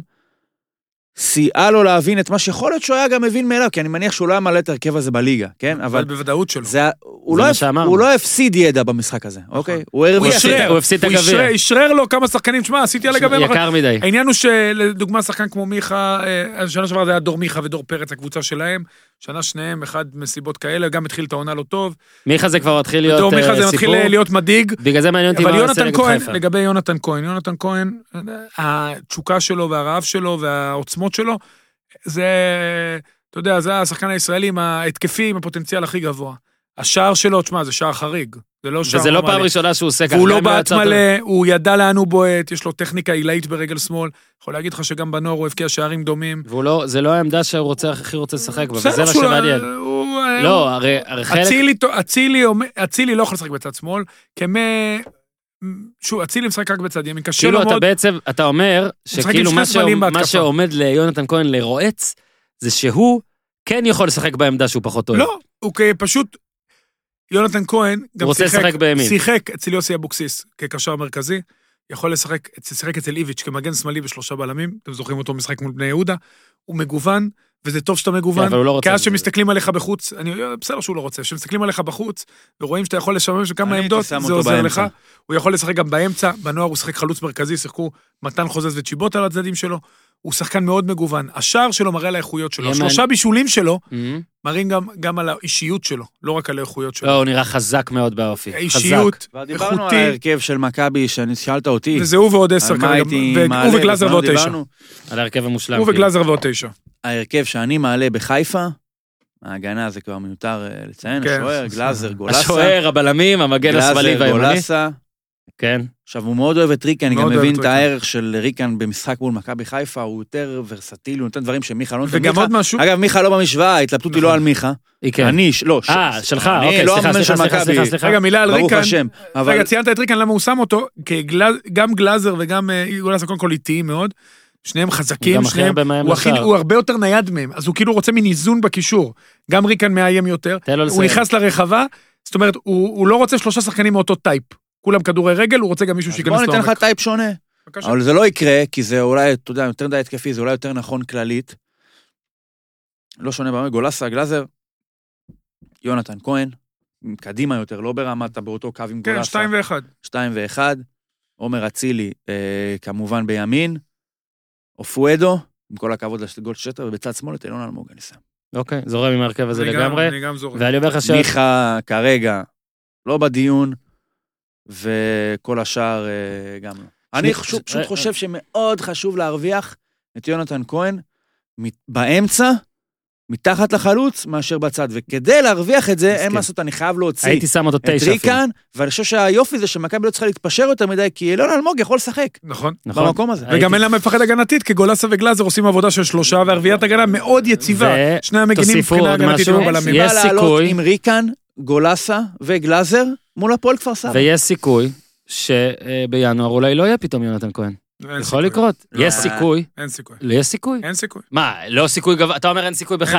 סייעה לו להבין את מה שיכול להיות שהוא היה גם מבין מאליו, כי אני מניח שהוא לא היה מלא את הרכב הזה בליגה, כן? אבל בוודאות שלו. הוא לא הפסיד ידע במשחק הזה, אוקיי? הוא הפסיד את הגביע. הוא ישרר לו כמה שחקנים, תשמע, עשיתי על הגביע. יקר מדי. העניין הוא שלדוגמה שחקן כמו מיכה, שנה שעברה זה היה דור מיכה ודור פרץ, הקבוצה שלהם, שנה שניהם, אחד מסיבות כאלה, גם התחיל את העונה לא טוב. מיכה זה כבר מתחיל להיות סיפור. מיכה זה מתחיל להיות מדאיג. בגלל זה מעניין אותי מה עושה נגד חיפה. לגבי יונתן כהן, התשוקה שלו והרעב שלו והעוצמות שלו, זה, אתה יודע, זה השחקן הישראלי עם ההתקפי, עם הפוטנציאל הכי גבוה. השער שלו, תשמע, זה שער חריג. וזה לא פעם ראשונה שהוא עושה ככה. והוא לא בעט מלא, הוא ידע לאן הוא בועט, יש לו טכניקה עילאית ברגל שמאל. יכול להגיד לך שגם בנוער הוא הבקיע שערים דומים. זה לא העמדה שהוא הכי רוצה לשחק, וזה מה שמעניין. לא, הרי חלק... אצילי לא יכול לשחק בצד שמאל, שוב, אצילי משחק רק בצד ימין, קשה לו מאוד. כאילו אתה בעצם, אתה אומר, שכאילו מה שעומד ליונתן כהן לרועץ, זה שהוא כן יכול לשחק בעמדה שהוא פחות אוהב. לא, הוא פשוט, יונתן כהן, גם שיחק אצל יוסי אבוקסיס כקשר מרכזי, יכול לשחק אצל איביץ' כמגן שמאלי ב3 בלמים, אתם זוכרים אותו משחק מול בני יהודה, הוא מגוון, וזה טוב שאתה מגוון, כי אז שמסתכלים עליך בחוץ, בסדר שהוא לא רוצה, שמסתכלים עליך בחוץ, ורואים שאתה יכול לשמש בכמה עמדות, זה עוזר לך, הוא יכול לשחק גם באמצע, בנוער הוא שחק חלוץ מרכזי, שיחקו מתן חוזז וצ'יבוט על הצדדים שלו, הוא שחקן מאוד מגוון, השער שלו מראה על האיכויות שלו, 3 בישולים שלו, מראים גם על האישיות שלו, לא רק על האיכויות שלו. לא, הוא נראה חזק מאוד באופי. האישיות, דיברנו על ההרכב של מכבי, שנשאלת אותי. וזה הוא ועוד 10 הוא וגלאזר ועוד 9. על ההרכב המושלם. הוא וגלאזר ועוד 9. ההרכב שאני מעלה בחיפה, ההגנה זה כבר מיותר לציין, השוער, גלאזר, גולסה. השוער, הבלמים, המגן השמאלי והימני. גולסה. כן. עכשיו, הוא מאוד אוהב את ריקן, אני גם מבין את הערך של ריקן במשחק מול מכבי חיפה, הוא יותר ורסטילי, הוא נותן דברים שמיכה לא נותן. וגם עוד משהו. אגב, מיכה לא במשוואה, התלבטות היא לא על מיכה. אני, לא. שלך, אוקיי, סליחה. רגע, מילה על ריקן. ברוך השם. רגע, ציינת את ריקן, למה הוא שם אותו? כי גם גלאזר וגם גולסה קודם כל איטיים מאוד, שניהם חזקים, הוא הרבה יותר נייד מהם, אז הוא כאילו רוצה מין איזון בקישור. גם ריקן מאיים יותר, הוא נכנס לרחבה, זאת אומרת, הוא לא רוצה 3 שחקנים מאותו טייפ. כולם כדורי רגל, הוא רוצה גם מישהו שיכנס לעומק. בוא ניתן לך טייפ שונה. אבל זה לא יקרה, כי זה אולי, אתה יודע, יותר די התקפי, זה אולי יותר נכון כללית. לא שונה באמת, גולסה, גלאזר, יונתן כהן, קדימה יותר, לא ברמת, באותו קו עם כן, גולסה. 2-1. 2-1, עומר אצילי, כמובן בימין, אופואדו, עם כל הכבוד לגולדשטר, ובצד שמאל את אילון אלמוג, אני שם. אוקיי, זורם עם הרכב הזה לגמרי. אני גם זורם. ואני אומר לך מיכה כרגע לא בדיון, וכל השאר גם לא. אני פשוט חושב שמאוד חשוב להרוויח את יונתן כהן באמצע, מתחת לחלוץ, מאשר בצד. וכדי להרוויח את זה, אין לעשות, אני חייב להוציא הייתי שם אותו 9 את ריקן, ואני חושב שהיופי זה שמכבי לא צריכה להתפשר יותר מדי, כי אילון אלמוג יכול לשחק. נכון. במקום הזה. וגם אין להם מפחד הגנתית, כי גולסה וגלאזר עושים עבודה של 3, והרביעיית הגנה מאוד יציבה. שני המגינים מבחינה הגנתית ובלמים. יש סיכוי עם ריקן, גולסה וגלאזר, מול הפועל כפר סבא. ויש סיכוי שבינואר אולי לא יהיה פתאום יונתן כהן. יכול לקרות. יש סיכוי. אין סיכוי. יש סיכוי. אין סיכוי. מה, לא סיכוי גבוה? אתה אומר אין סיכוי בכלל.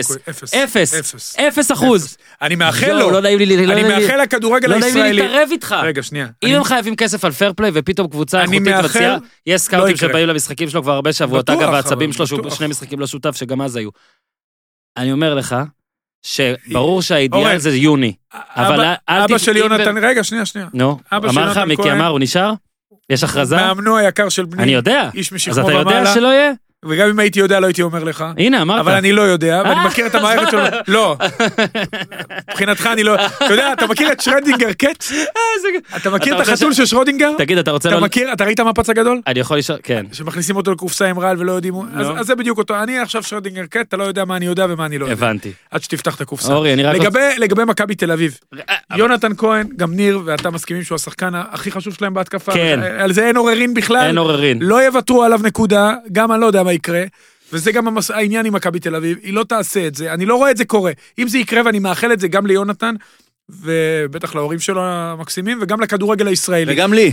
אפס. 0%. אני מאחל לו. לא נעים לי. אני מאחל לכדורגל הישראלי. לא נעים לי להתערב איתך. רגע, שנייה. אם הם חייבים כסף על פיירפליי ופתאום קבוצה איכותית מציעה, יש סקאוטים שבאים למשחקים שלו כבר הרבה שבועות. אגב, העצבים שלו, שני משחקים לא שותף, שגם אז היו. אני אומר לך, שברור שהאידיאל זה יוני. אבא של יונתן, רגע, שנייה. נו, אמר לך, מיקי אמר, הוא נשאר? יש הכרזה? מאמנו היקר של בני. אני יודע. איש אז משכמו אתה יודע ומעלה. שלא יהיה? וגם אם הייתי יודע, לא הייתי אומר לך. הנה, אמרת. אבל אני לא יודע, ואני מכיר את המערכת שלו. לא. מבחינתך אני לא... אתה יודע, אתה מכיר את שרדינגר קט? אתה מכיר את החתול של שרודינגר? תגיד, אתה רוצה... אתה מכיר? אתה ראית מפץ הגדול? אני יכול לשאול, כן. שמכניסים אותו לקופסה עם רעל ולא יודעים... אז זה בדיוק אותו. אני עכשיו שרדינגר קט, אתה לא יודע מה אני יודע ומה אני לא יודע. הבנתי. עד שתפתח את הקופסה. אורי, אני רק... לגבי מכבי תל אביב. יונתן כהן, גם ניר ואתה מסכימים שהוא השחקן הכי חשוב שלהם בהתקפה. כן. על זה אין עוררין בכלל. אין עוררין. לא יוותרו עליו נקודה, גם אני לא יודע מה יקרה. וזה גם העניין עם מכבי תל אביב, היא לא תעשה את זה, אני לא רואה את זה קורה. אם זה יקרה ואני מאחל את זה גם ליונתן, ובטח להורים שלו המקסימים, וגם לכדורגל הישראלי. וגם לי.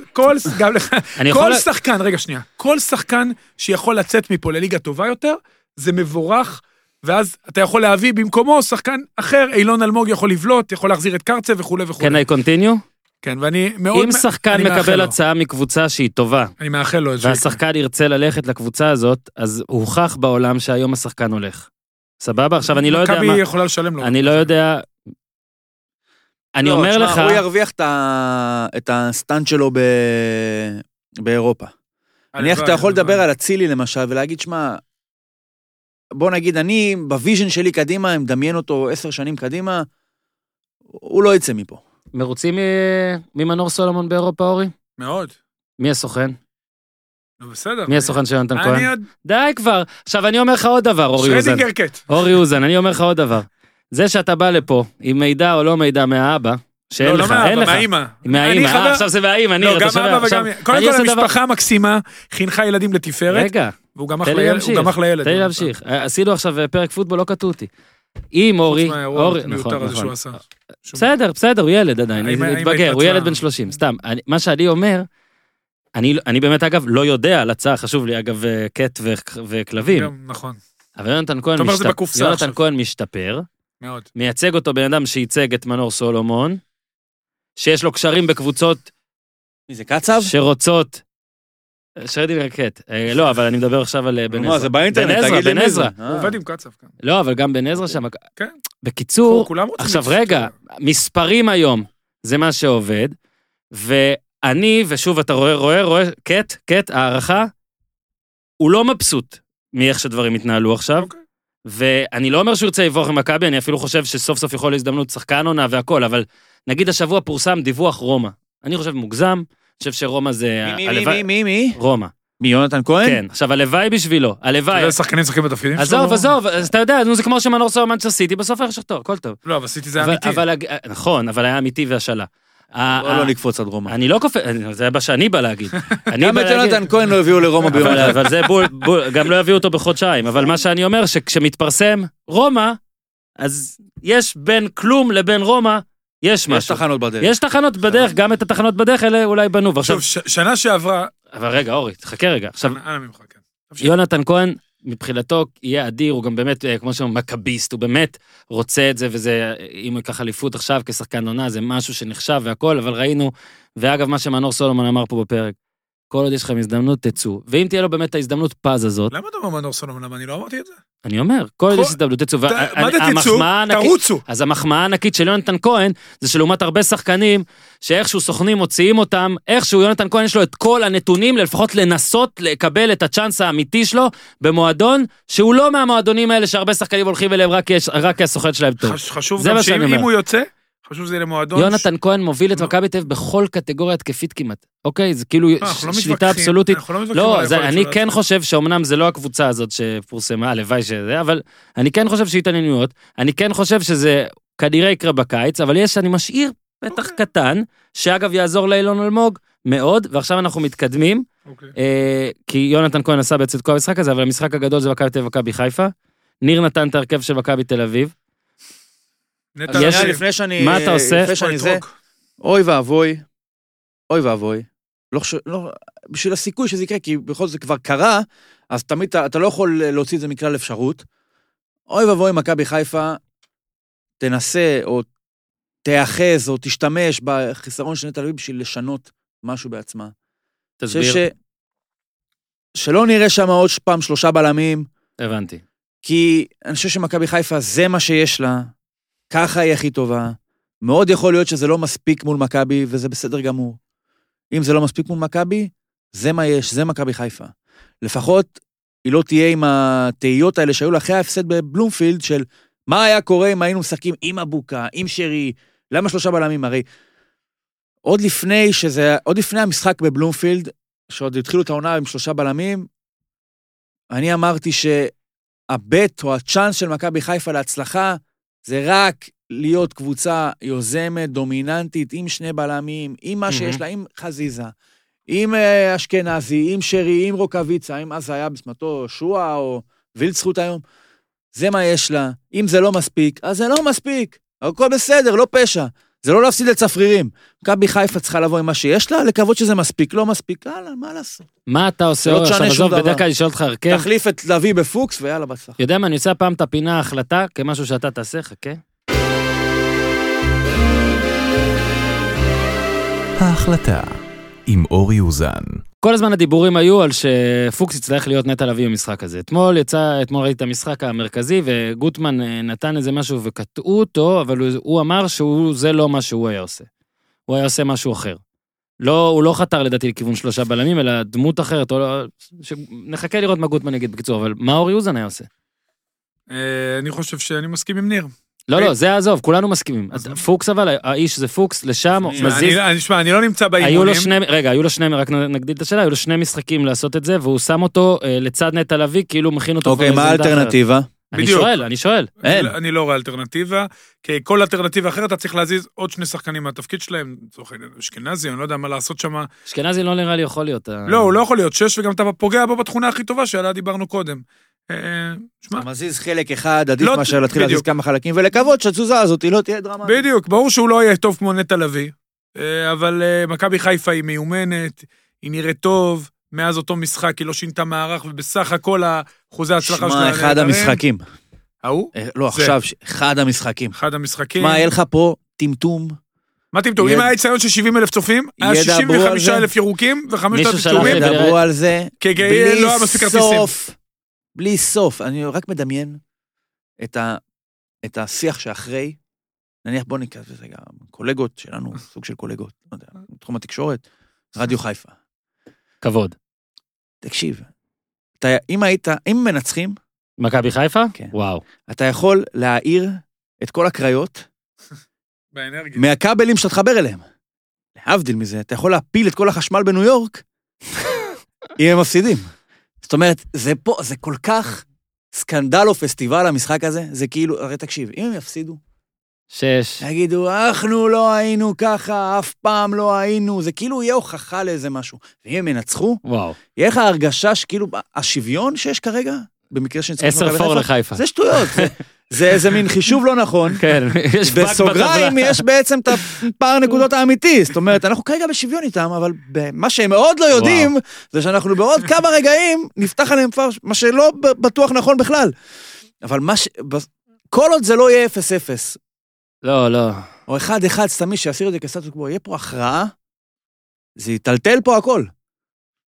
כל שחקן, רגע שנייה, כל שחקן שיכול לצאת מפה לליגה טובה יותר, זה מבורך, ואז אתה יכול להביא במקומו שחקן אחר, אילון אלמוג יכול לבלוט, יכול להחזיר את קרצה וכו' וכו'. כן, I continue? כן, ואני מאוד... אם שחקן מקבל הצעה מקבוצה שהיא טובה, אני מאחל לו את זה. והשחקן ירצה ללכת לקבוצה הזאת, אז הוא הוכח בעולם שהיום השחקן הולך. סבבה? עכשיו אני לא יודע מה... מכבי יכולה לשלם לו. אני לא יודע... אני אומר לך... הוא ירוויח את הסטנט שלו באירופה. נניח אתה יכול לדבר על אצילי למשל, ולהגיד, שמה, בוא נגיד, אני בוויז'ן שלי קדימה, מדמיין אותו 10 שנים קדימה, הוא לא יצא מפה. מרוצים ממנור סולומון באירופה, אורי? מאוד. מי הסוכן? בסדר. מי הסוכן של יונתן כהן? עוד... די כבר. עכשיו אני אומר לך עוד דבר, אורי אוזן. שרדינגר קט. אורי אוזן, אני אומר לך עוד דבר. זה שאתה בא לפה עם מידע או לא מידע מהאבא, שאין לך, אין לך. מהאימא. מהאימא, עכשיו זה מהאימא, ניר, אתה שומע. קודם כל המשפחה המקסימה חינכה ילדים לתפארת. רגע. והוא גם אחלה ילד. תן לי להמשיך. עשינו עכשיו פרק פוטבול, לא קטעו אותי. אם אורי, נכון, בסדר, הוא ילד עדיין, מתבגר, הוא ילד בן 30, סתם, מה שאני אומר, אני באמת אגב לא יודע על הצעה, חשוב לי אגב קט וכלבים, נכון, אבל יונתן כהן משתפר, מייצג אותו בן אדם שייצג את מנור סולומון, שיש לו קשרים בקבוצות, מי זה קצב? שרוצות, שרדינגר קט. לא, אבל אני מדבר עכשיו על בן עזרא. זה באינטרנט, תגיד לי מי זה. הוא עובד עם קצב. לא, אבל גם בן עזרא שם. כן. בקיצור, עכשיו רגע, מספרים היום, זה מה שעובד, ואני, ושוב אתה רואה, קט, הערכה, הוא לא מבסוט מאיך שדברים התנהלו עכשיו, ואני לא אומר שהוא ירצה לברוח עם מכבי, אני אפילו חושב שסוף סוף יכול להזדמנות שחקן עונה והכל, אבל נגיד השבוע פורסם דיווח רומא. אני חושב מוגזם, אני חושב שרומא זה... מי? רומא. מי, יונתן כהן? כן, עכשיו הלוואי בשבילו, הלוואי. אתה יודע, שחקנים שחקים בתפקידים שלו? עזוב, אז אתה יודע, זה כמו שמנור סולומון מנצ'סטר סיטי, בסוף היה שחטור, הכל טוב. לא, אבל סיטי זה אמיתי. נכון, אבל היה אמיתי והשאלה. לא לקפוץ עד רומא. אני לא קופץ, זה מה שאני בא להגיד. גם את יונתן כהן לא הביאו לרומא ביום. אבל זה גם לא הביאו אותו בחודשיים, אבל מה שאני אומר, שכשמתפרסם רומא, אז יש בין כלום לבין רומא, יש משהו. יש תחנות בדרך. יש תחנות בדרך, גם את התחנות בדרך האלה אולי בנו. עכשיו, שנה שעברה... אבל רגע, אורי, תחכה רגע. עכשיו, יונתן כהן, מבחינתו יהיה אדיר, הוא גם באמת, כמו שאומר, מקביסט, הוא באמת רוצה את זה, וזה, אם הוא ייקח אליפות עכשיו כשחקן עונה, זה משהו שנחשב והכל, אבל ראינו, ואגב, מה שמנור סולומון אמר פה בפרק, כל עוד יש לכם הזדמנות, תצאו. ואם תהיה לו באמת ההזדמנות פז הזאת, למה אתה אומר מנור סולומון? למה אני לא אמרתי את זה? אני אומר, כל עוד יש הזדמנות, תצאו. מה זה תצאו? תרוצו. אז המחמאה הענקית של יונתן כהן, זה שלעומת הרבה שחקנים, שאיכשהו סוכנים מוציאים אותם, איכשהו יונתן כהן יש לו את כל הנתונים, לפחות לנסות לקבל את הצ'אנס האמיתי שלו, במועדון, שהוא לא מהמועדונים האלה, שהרבה שחקנים הולכים אליהם, רק הסוכן שלהם טוב. חשוב גם שאם הוא יוצא, חשוב שזה למועדון. יונתן כהן מוביל את מכבי תל אביב בכל קטגוריה התקפית כמעט. אוקיי, זה כאילו שליטה אבסולוטית. לא, אני כן חושב שאומנם זה לא הקבוצה הזאת שפורסמה, הלוואי שזה, אבל אני כן חושב שהיא התעניינויות, אני כן חושב שזה כנראה יקרה בקיץ, אבל אני משאיר פתח קטן, שאגב יעזור לאילון אלמוג מאוד, ועכשיו אנחנו מתקדמים, כי יונתן כהן עשה בעצם את כל המשחק הזה, אבל המשחק הגדול זה מכבי תל אביב ומכבי חיפה. ניר נתן את ההרכב של מכבי תל אביב. מה אתה עושה? אוי ואבוי, בשביל הסיכוי שזה יקרה, כי בכל זה כבר קרה, אז תמיד אתה לא יכול להוציא את זה מכלל אפשרות. אוי ואבוי, מכבי חיפה, תנסה או תאחז או תשתמש בחיסרון של תל אביב בשביל לשנות משהו בעצמה. תסביר. שלא נראה שם עוד פעם 3 בלמים. הבנתי. כי אני חושב שמכבי חיפה זה מה שיש לה, ככה היא הכי טובה. מאוד יכול להיות שזה לא מספיק מול מכבי, וזה בסדר גמור. אם זה לא מספיק מול מכבי, זה מה יש, זה מכבי חיפה. לפחות היא לא תהיה עם התהיות האלה שהיו לה אחרי ההפסד בבלומפילד, של מה היה קורה אם היינו משחקים עם אבוקה, עם שרי, למה 3 בלמים? הרי עוד לפני המשחק בבלומפילד, שעוד התחילו את העונה עם 3 בלמים, אני אמרתי שהבט או הצ'אנס של מכבי חיפה להצלחה, זה רק להיות קבוצה יוזמת, דומיננטית, עם 2 בלמים, עם מה שיש לה, עם חזיזה, עם אשכנזי, עם שרי, עם רוקביצה, עם אז היה בסמתו שואה או וילצחוט היום. זה מה יש לה. אם זה לא מספיק, אז זה לא מספיק. הכל בסדר, לא פשע. זה לא להפסיד לצפרירים. מכבי חיפה צריכה לבוא עם מה שיש לה, לקוות שזה מספיק, לא מספיק, מה לעשות? מה אתה עושה? עכשיו בדרך כלל לשאול אותך הרכב. תחליף את לוי בפוקס ויאללה בצלח. יודע מה, אני עושה פעם את הפינה ההחלטה, כמשהו שאתה תעשה, חכה. ההחלטה עם אורי אוזן. כל הזמן הדיבורים היו על שפוקס יצטרך להיות נטע לביא במשחק הזה. אתמול ראיתי את המשחק המרכזי, וגוטמן נתן איזה משהו וקטעו אותו, אבל הוא אמר שזה לא מה שהוא היה עושה. הוא היה עושה משהו אחר. הוא לא חתר לדעתי לכיוון 3 בלמים, אלא דמות אחרת, נחכה לראות מה גוטמן יגיד בקיצור, אבל מה אורי אוזן היה עושה? אני חושב שאני מסכים עם ניר. לא, זה עזוב, כולנו מסכימים. פוקס אבל, האיש זה פוקס, לשם, מזיז. אני לא נמצא באימונים. היו לו 2, רק נגדיל את השאלה, היו לו 2 משחקים לעשות את זה, והוא שם אותו לצד נטע לביא, כאילו מכין אותו. אוקיי, מה האלטרנטיבה? אני שואל. אני לא רואה אלטרנטיבה, כי כל אלטרנטיבה אחרת אתה צריך להזיז עוד 2 שחקנים מהתפקיד שלהם, אשכנזי, אני לא יודע מה לעשות שם. אשכנזי לא נראה לי יכול להיות. לא, הוא לא יכול להיות 6, וגם אתה פוגע בו בתכונה הכי טובה שעליה דיברנו קודם. אתה מזיז חלק אחד, עדיף מאשר להתחיל להזיז כמה חלקים, ולקוות שהתזוזה הזאת היא לא תהיה דרמטית. בדיוק, ברור שהוא לא יהיה טוב כמו נטע לביא, אבל מכבי חיפה היא מיומנת, היא נראית טוב, מאז אותו משחק היא לא שינתה מערך, ובסך הכל אחוזי ההצלחה שלה... שמע, אחד המשחקים. ההוא? לא, עכשיו, אחד המשחקים. מה, היה לך פה טמטום? מה טמטום? אם היה ציון של 70,000 צופים, היה 65,000 ירוקים, ו5,000 צהובים. ידברו על זה, בלי סוף. אני רק מדמיין את השיח שאחרי, נניח בוא ניקח את זה גם, קולגות שלנו, סוג של קולגות, לא יודע, תחום התקשורת, רדיו חיפה. כבוד. תקשיב, אם מנצחים, מכבי חיפה? כן. וואו. אתה יכול להעיר את כל הקריות, באנרגיה. מהכבלים שאתה תחבר אליהם. להבדיל מזה, אתה יכול להפיל את כל החשמל בניו יורק, אם הם מפסידים. זאת אומרת, זה כל כך סקנדל או פסטיבל המשחק הזה, זה כאילו, הרי תקשיב, אם הם יפסידו, 6. תגידו, אנחנו לא היינו ככה, אף פעם לא היינו, זה כאילו יהיה הוכחה לאיזה משהו. ואם הם ינצחו, וואו. יהיה לך הרגשה שכאילו, השוויון שיש כרגע, במקרה שנצחו 10-4 לחיפה. זה שטויות, זה איזה מין חישוב לא נכון. כן, יש באג בסוגריים יש בעצם את הפער נקודות האמיתי, זאת אומרת, אנחנו כרגע בשוויון איתם, אבל מה שהם מאוד לא יודעים, זה שאנחנו בעוד כמה רגעים נפתח עליהם פער, מה שלא בטוח נכון בכלל. אבל כל עוד זה לא יהיה 0-0, לא. או 1-1 סתמי שיסיר את זה כסטטוס קוו, יהיה פה הכרעה, זה יטלטל פה הכל.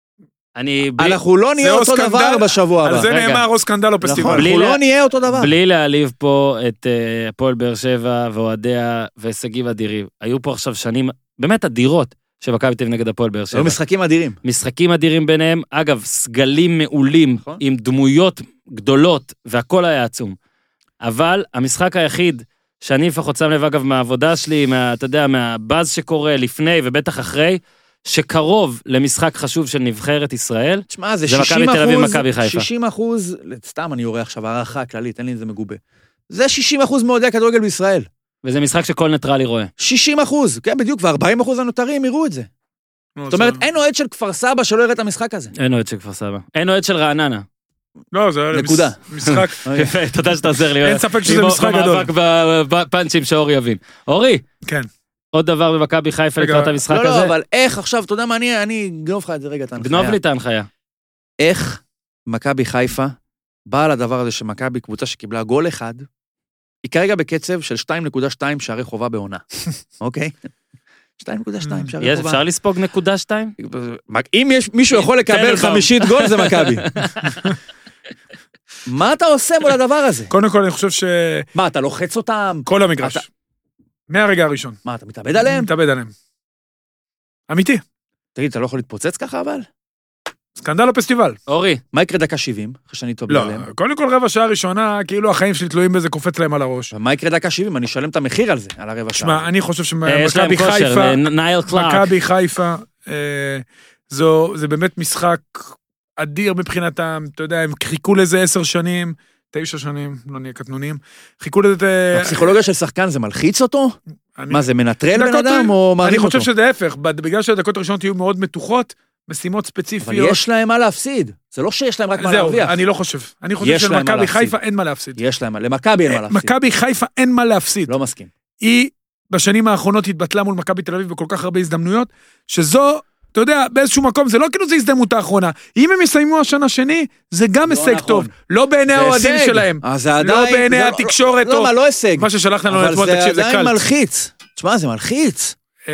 אנחנו לא נהיה אותו דבר בשבוע הבא. על זה נאמר או סקנדל או פסטיבל. אנחנו לא נהיה אותו דבר. בלי להעליב פה את הפועל באר שבע ואוהדיה והישגים אדירים. היו פה עכשיו שנים באמת אדירות שמכבי תל אביב נגד הפועל באר שבע. היו משחקים אדירים. משחקים אדירים ביניהם, אגב, סגלים מעולים עם דמויות גדולות, והכל היה עצום. אבל המשחק היחיד שאני לפחות שם לב, אגב, מהעבודה שלי, אתה יודע, מהבאז שקורה לפני ובטח אחרי, שקרוב למשחק חשוב של נבחרת ישראל, תשמע, זה 60%, מכבי תל אביב ומכבי חיפה. 60%, סתם אני יורה עכשיו, הערכה כללית, אין לי איזה מגובה. זה 60% מאוהדי הכדורגל בישראל. וזה משחק שכל ניטרלי רואה. 60%, כן, בדיוק, ו40% הנותרים יראו את זה. זאת אומרת, אין אוהד של כפר סבא שלא יראה את המשחק הזה. אין אוהד של כפר סבא. אין אוהד של רעננה. לא, זה נקודה. משחק. יפה, תודה שאתה עוזר לי. אין ספק שזה משחק גדול. במאבק בפאנצ'ים שאורי יבין. אורי, כן. עוד דבר במכבי חיפה לקראת המשחק הזה? לא, אבל איך עכשיו, אתה יודע מה, אני גנוב לך את זה רגע, את ההנחיה. גנוב לי את ההנחיה. איך מכבי חיפה באה לדבר הזה שמכבי קבוצה שקיבלה גול אחד, היא כרגע בקצב של 2.2 שערי חובה בעונה. אוקיי? 2.2 שערי חובה. אפשר לספוג נקודה 2? אם מישהו יכול לקבל 50 גול, זה מכבי. מה אתה עושה מול הדבר הזה? קודם כל, אני חושב ש... מה, אתה לוחץ אותם? כל המגרש. מהרגע הראשון. מה, אתה מתאבד עליהם? מתאבד עליהם. אמיתי. תגיד, אתה לא יכול להתפוצץ ככה, אבל? סקנדל או פסטיבל? אורי. מה יקרה דקה 70, אחרי שאני תאבד עליהם? לא, קודם כל רבע שעה ראשונה, כאילו החיים שלי תלויים בזה, קופץ להם על הראש. מה יקרה דקה 70? אני אשלם את המחיר על זה, על הרבע שעה. שמע, אני חושב יש להם כושר, נייל קלארק. מכבי חיפה, זה באמת משחק אדיר מבחינתם, אתה יודע, הם חיכו לזה 10 שנים, 9 שנים, לא נהיה קטנונים, חיכו לזה... הפסיכולוגיה של שחקן זה מלחיץ אותו? מה זה, מנטרל בן אדם או מעריך אותו? אני חושב שזה ההפך, בגלל שהדקות הראשונות יהיו מאוד מתוחות, משימות ספציפיות. אבל יש להם מה להפסיד, זה לא שיש להם רק מה להרוויח. זהו, אני לא חושב. אני חושב שלמכבי חיפה אין מה להפסיד. יש להם, למכבי אין מה להפסיד. מכבי חיפה אין מה להפסיד. לא מסכים. היא בשנים האחרונות התבטלה מול מכבי תל אביב בכל כך הרבה הזדמנויות, שזו, אתה יודע, באיזשהו מקום, זה לא כאילו זה הזדמנות האחרונה. אם הם יסיימו השנה שני, זה גם הישג טוב. לא בעיני האוהדים שלהם. לא בעיני התקשורת. לא, מה, לא הישג. מה ששלחת לנו אתמול, תקשיב, זה קלט. אבל זה עדיין מלחיץ. תשמע, זה מלחיץ.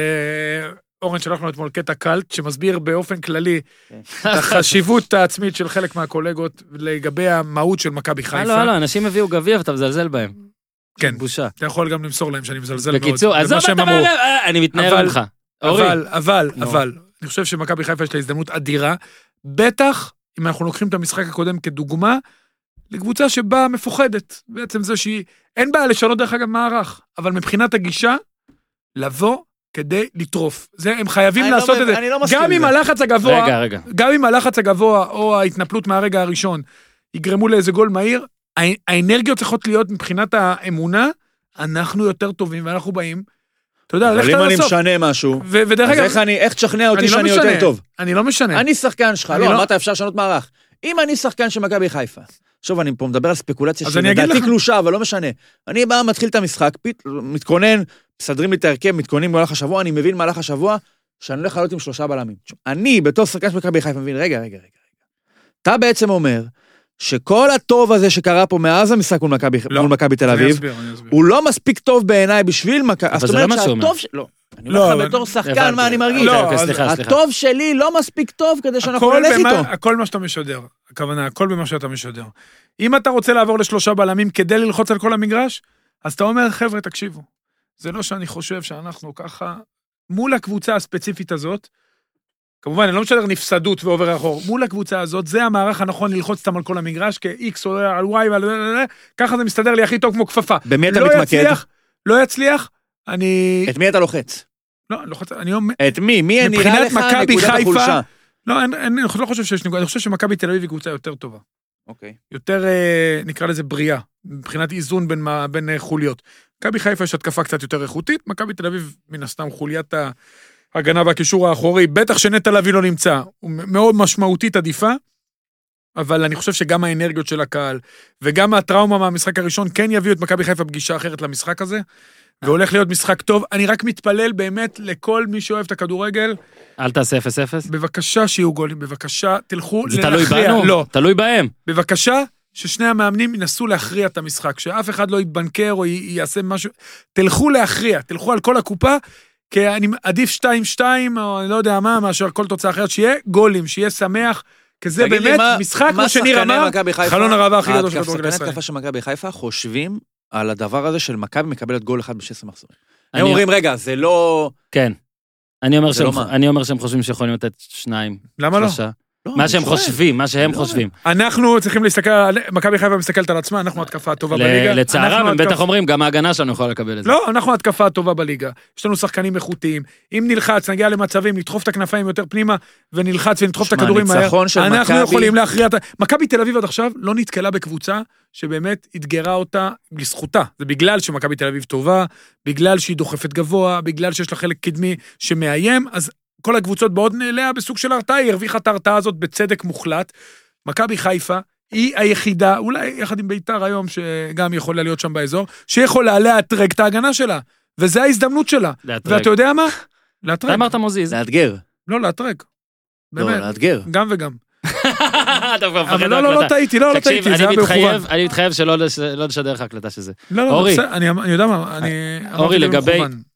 אורן שלחנו אתמול קטע קלט, שמסביר באופן כללי את החשיבות העצמית של חלק מהקולגות לגבי המהות של מכבי חיפה. לא, אנשים הביאו גביע ואתה מזלזל בהם. כן. בושה. אתה יכול גם למסור להם שאני מזלזל מאוד. בקיצור, אז אני מתנער ממך. אבל, אני חושב שמכבי חיפה יש לה הזדמנות אדירה, בטח אם אנחנו לוקחים את המשחק הקודם כדוגמה, לקבוצה שבה מפוחדת, בעצם זה שהיא, אין בעיה לשנות דרך אגב מערך, אבל מבחינת הגישה, לבוא כדי לטרוף. זה, הם חייבים לעשות את זה. גם אם הלחץ הגבוה, גם אם הלחץ הגבוה או ההתנפלות מהרגע הראשון, יגרמו לאיזה גול מהיר, האנרגיות צריכות להיות מבחינת האמונה, אנחנו יותר טובים ואנחנו באים, אתה יודע, אבל אם אני משנה משהו, אז איך תשכנע אותי שאני יותר טוב? אני לא משנה. אני שחקן שלך, לא, אמרת אפשר לשנות מערך. אם אני שחקן של מכבי חיפה, עכשיו אני פה מדבר על ספקולציה שלדעתי קלושה, אבל לא משנה. אני בא, מתחיל את המשחק, מתכונן, מסדרים לי את ההרכב, מתכוננים במהלך השבוע, אני מבין במהלך השבוע, שאני הולך לעלות עם 3 בלמים. אני, בתור שחקן של מכבי חיפה, מבין, רגע. אתה בעצם אומר, שכל הטוב הזה שקרה פה מאז המשחק מול מכבי תל אביב, הוא לא מספיק טוב בעיניי בשביל מכבי... אבל זה לא מה שהוא אומר. לא, אני אומר לך בתור שחקן מה אני מרגיש. סליחה. הטוב שלי לא מספיק טוב כדי שאנחנו נלך איתו. הכל מה שאתה משדר, הכוונה, הכל במה שאתה משדר. אם אתה רוצה לעבור ל3 בלמים כדי ללחוץ על כל המגרש, אז אתה אומר, חבר'ה, תקשיבו, זה לא שאני חושב שאנחנו ככה, מול הקבוצה הספציפית הזאת, כמובן, אני לא משדר נפסדות ועובר אחור. מול הקבוצה הזאת, זה המערך הנכון ללחוץ אותם על כל המגרש, כ-X או על Y ועל... ככה זה מסתדר לי הכי טוב כמו כפפה. במי אתה מתמקד? לא יצליח, אני... את מי אתה לוחץ? לא, לוחץ, אני אומר... את מי? מי נראה לך נקודת החולשה? לא, אני לא חושב שיש נקודה, אני חושב שמכבי תל אביב היא קבוצה יותר טובה. אוקיי. יותר, נקרא לזה בריאה, מבחינת איזון בין חוליות. מכבי חיפה יש התקפה קצת יותר איכותית, מכבי תל אביב מן הסתם חוליית הגנה והקישור האחורי, בטח שנטע לביא לא נמצא, הוא מאוד משמעותית עדיפה, אבל אני חושב שגם האנרגיות של הקהל, וגם הטראומה מהמשחק הראשון, כן יביאו את מכבי חיפה פגישה אחרת למשחק הזה, והולך להיות משחק טוב. אני רק מתפלל באמת לכל מי שאוהב את הכדורגל. אל תעשה 0-0. בבקשה שיהיו גולים, בבקשה תלכו להכריע. זה תלוי בנו? לא. תלוי בהם. בבקשה ששני המאמנים ינסו להכריע את המשחק, שאף אחד לא יתבנקר או יעשה משהו, תלכו להכריע, תלכו על כל הקופה, כי אני עדיף 2-2, או אני לא יודע מה, מאשר כל תוצאה אחרת, שיהיה גולים, שיהיה שמח, כי זה באמת משחק, כמו שניר אמר, חלון הרעבה הכי גדול של כדורגל ישראל. שחקני התקפה של מכבי חיפה חושבים על הדבר הזה של מכבי מקבלת גול אחד ב-16 מחזורים. הם אומרים, רגע, זה לא... כן. אני אומר שהם חושבים שיכולים לתת 2. למה לא? מה שהם חושבים, מה שהם חושבים. אנחנו צריכים להסתכל, מכבי חיפה מסתכלת על עצמה, אנחנו התקפה הטובה בליגה. לצערם, הם בטח אומרים, גם ההגנה שלנו יכולה לקבל את זה. לא, אנחנו התקפה הטובה בליגה. יש לנו שחקנים איכותיים. אם נלחץ, נגיע למצבים, נדחוף את הכנפיים יותר פנימה, ונלחץ ונדחוף את הכדורים מהר. אנחנו יכולים להכריע את... מכבי תל אביב עד עכשיו לא נתקלה בקבוצה שבאמת התגרה אותה לזכותה. זה בגלל שמכבי תל אביב טובה, בגלל שהיא דוחפת גבוה, בגלל שיש לה חלק קדמי שמאיים, אז כל הקבוצות בעוד נעליה בסוג של הרתעה, היא הרוויחה את ההרתעה הזאת בצדק מוחלט. מכבי חיפה היא היחידה, אולי יחד עם ביתר היום, שגם יכולה להיות שם באזור, שיכולה לאתרג את ההגנה שלה, וזו ההזדמנות שלה. ואתה יודע מה? לאתרג. אתה אמרת מוזיז. לאתגר. לא, לאתרג. לא, לאתגר. גם וגם. אבל לא טעיתי, לא טעיתי, זה היה במכוון. אני מתחייב שלא לשדר לך הקלטה שזה. לא, אני יודע מה, אורי, לגבי...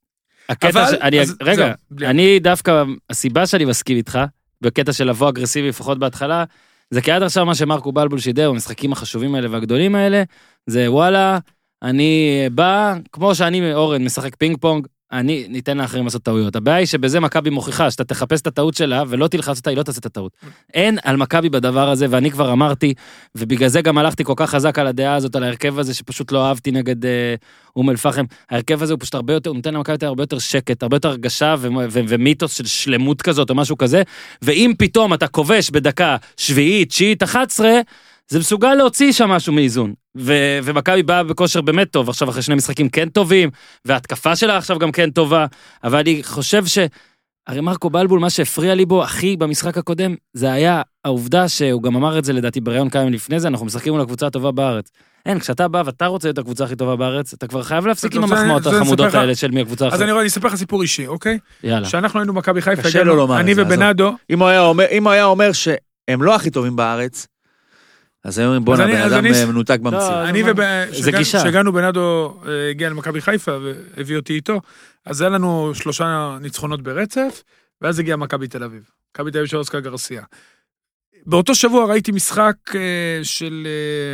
רגע, אני דווקא, הסיבה שאני מסכים איתך, בקטע של לבוא אגרסיבי, לפחות בהתחלה, זה כי עד עכשיו מה שמרקו בלבול שידר, המשחקים החשובים האלה והגדולים האלה, זה וואלה, אני בא, כמו שאני אורן משחק פינג פונג, אני ניתן לאחרים לעשות טעויות. הבעיה היא שבזה מכבי מוכיחה, שאתה תחפש את הטעות שלה, ולא תלחץ אותה, היא לא תעשה את הטעות. אין על מכבי בדבר הזה, ואני כבר אמרתי, ובגלל זה גם הלכתי כל כך חזק על הדעה הזאת, על ההרכב הזה, שפשוט לא אהבתי נגד אום אל פחם. ההרכב הזה הוא פשוט הרבה יותר, הוא נותן למכבי הרבה יותר שקט, הרבה יותר הרגשה, ומיתוס של שלמות כזאת, או משהו כזה, ואם פתאום אתה כובש בדקה שביעית, תשיעית, 11, זה מסוגל להוציא שם משהו מאיזון, ומכבי באה בכושר באמת טוב, עכשיו אחרי 2 משחקים כן טובים, וההתקפה שלה עכשיו גם כן טובה, אבל אני חושב הרי מרקו בלבול, מה שהפריע לי בו הכי במשחק הקודם, זה היה העובדה שהוא גם אמר את זה לדעתי בראיון כמה לפני זה, אנחנו משחקים מול הקבוצה הטובה בארץ. אין, כשאתה בא ואתה רוצה את הקבוצה הכי טובה בארץ, אתה כבר חייב להפסיק עם המחמאות החמודות האלה של מי הקבוצה אחרת. אז אני אספר לך סיפור אישי, אוקיי? יאללה. שאנחנו היינו מכבי חיפה, אני ובנאדו. אם הוא היה אומר שהם לא הכי טובים בארץ, אז היום בוא נבן אדם מנותק במציאות. אני כשהגענו בנאדו, הגיע למכבי חיפה והביא אותי איתו, אז היה לנו 3 ניצחונות ברצף, ואז הגיע מכבי תל אביב. מכבי תל אביב של אוסקר גרסיה. באותו שבוע ראיתי משחק של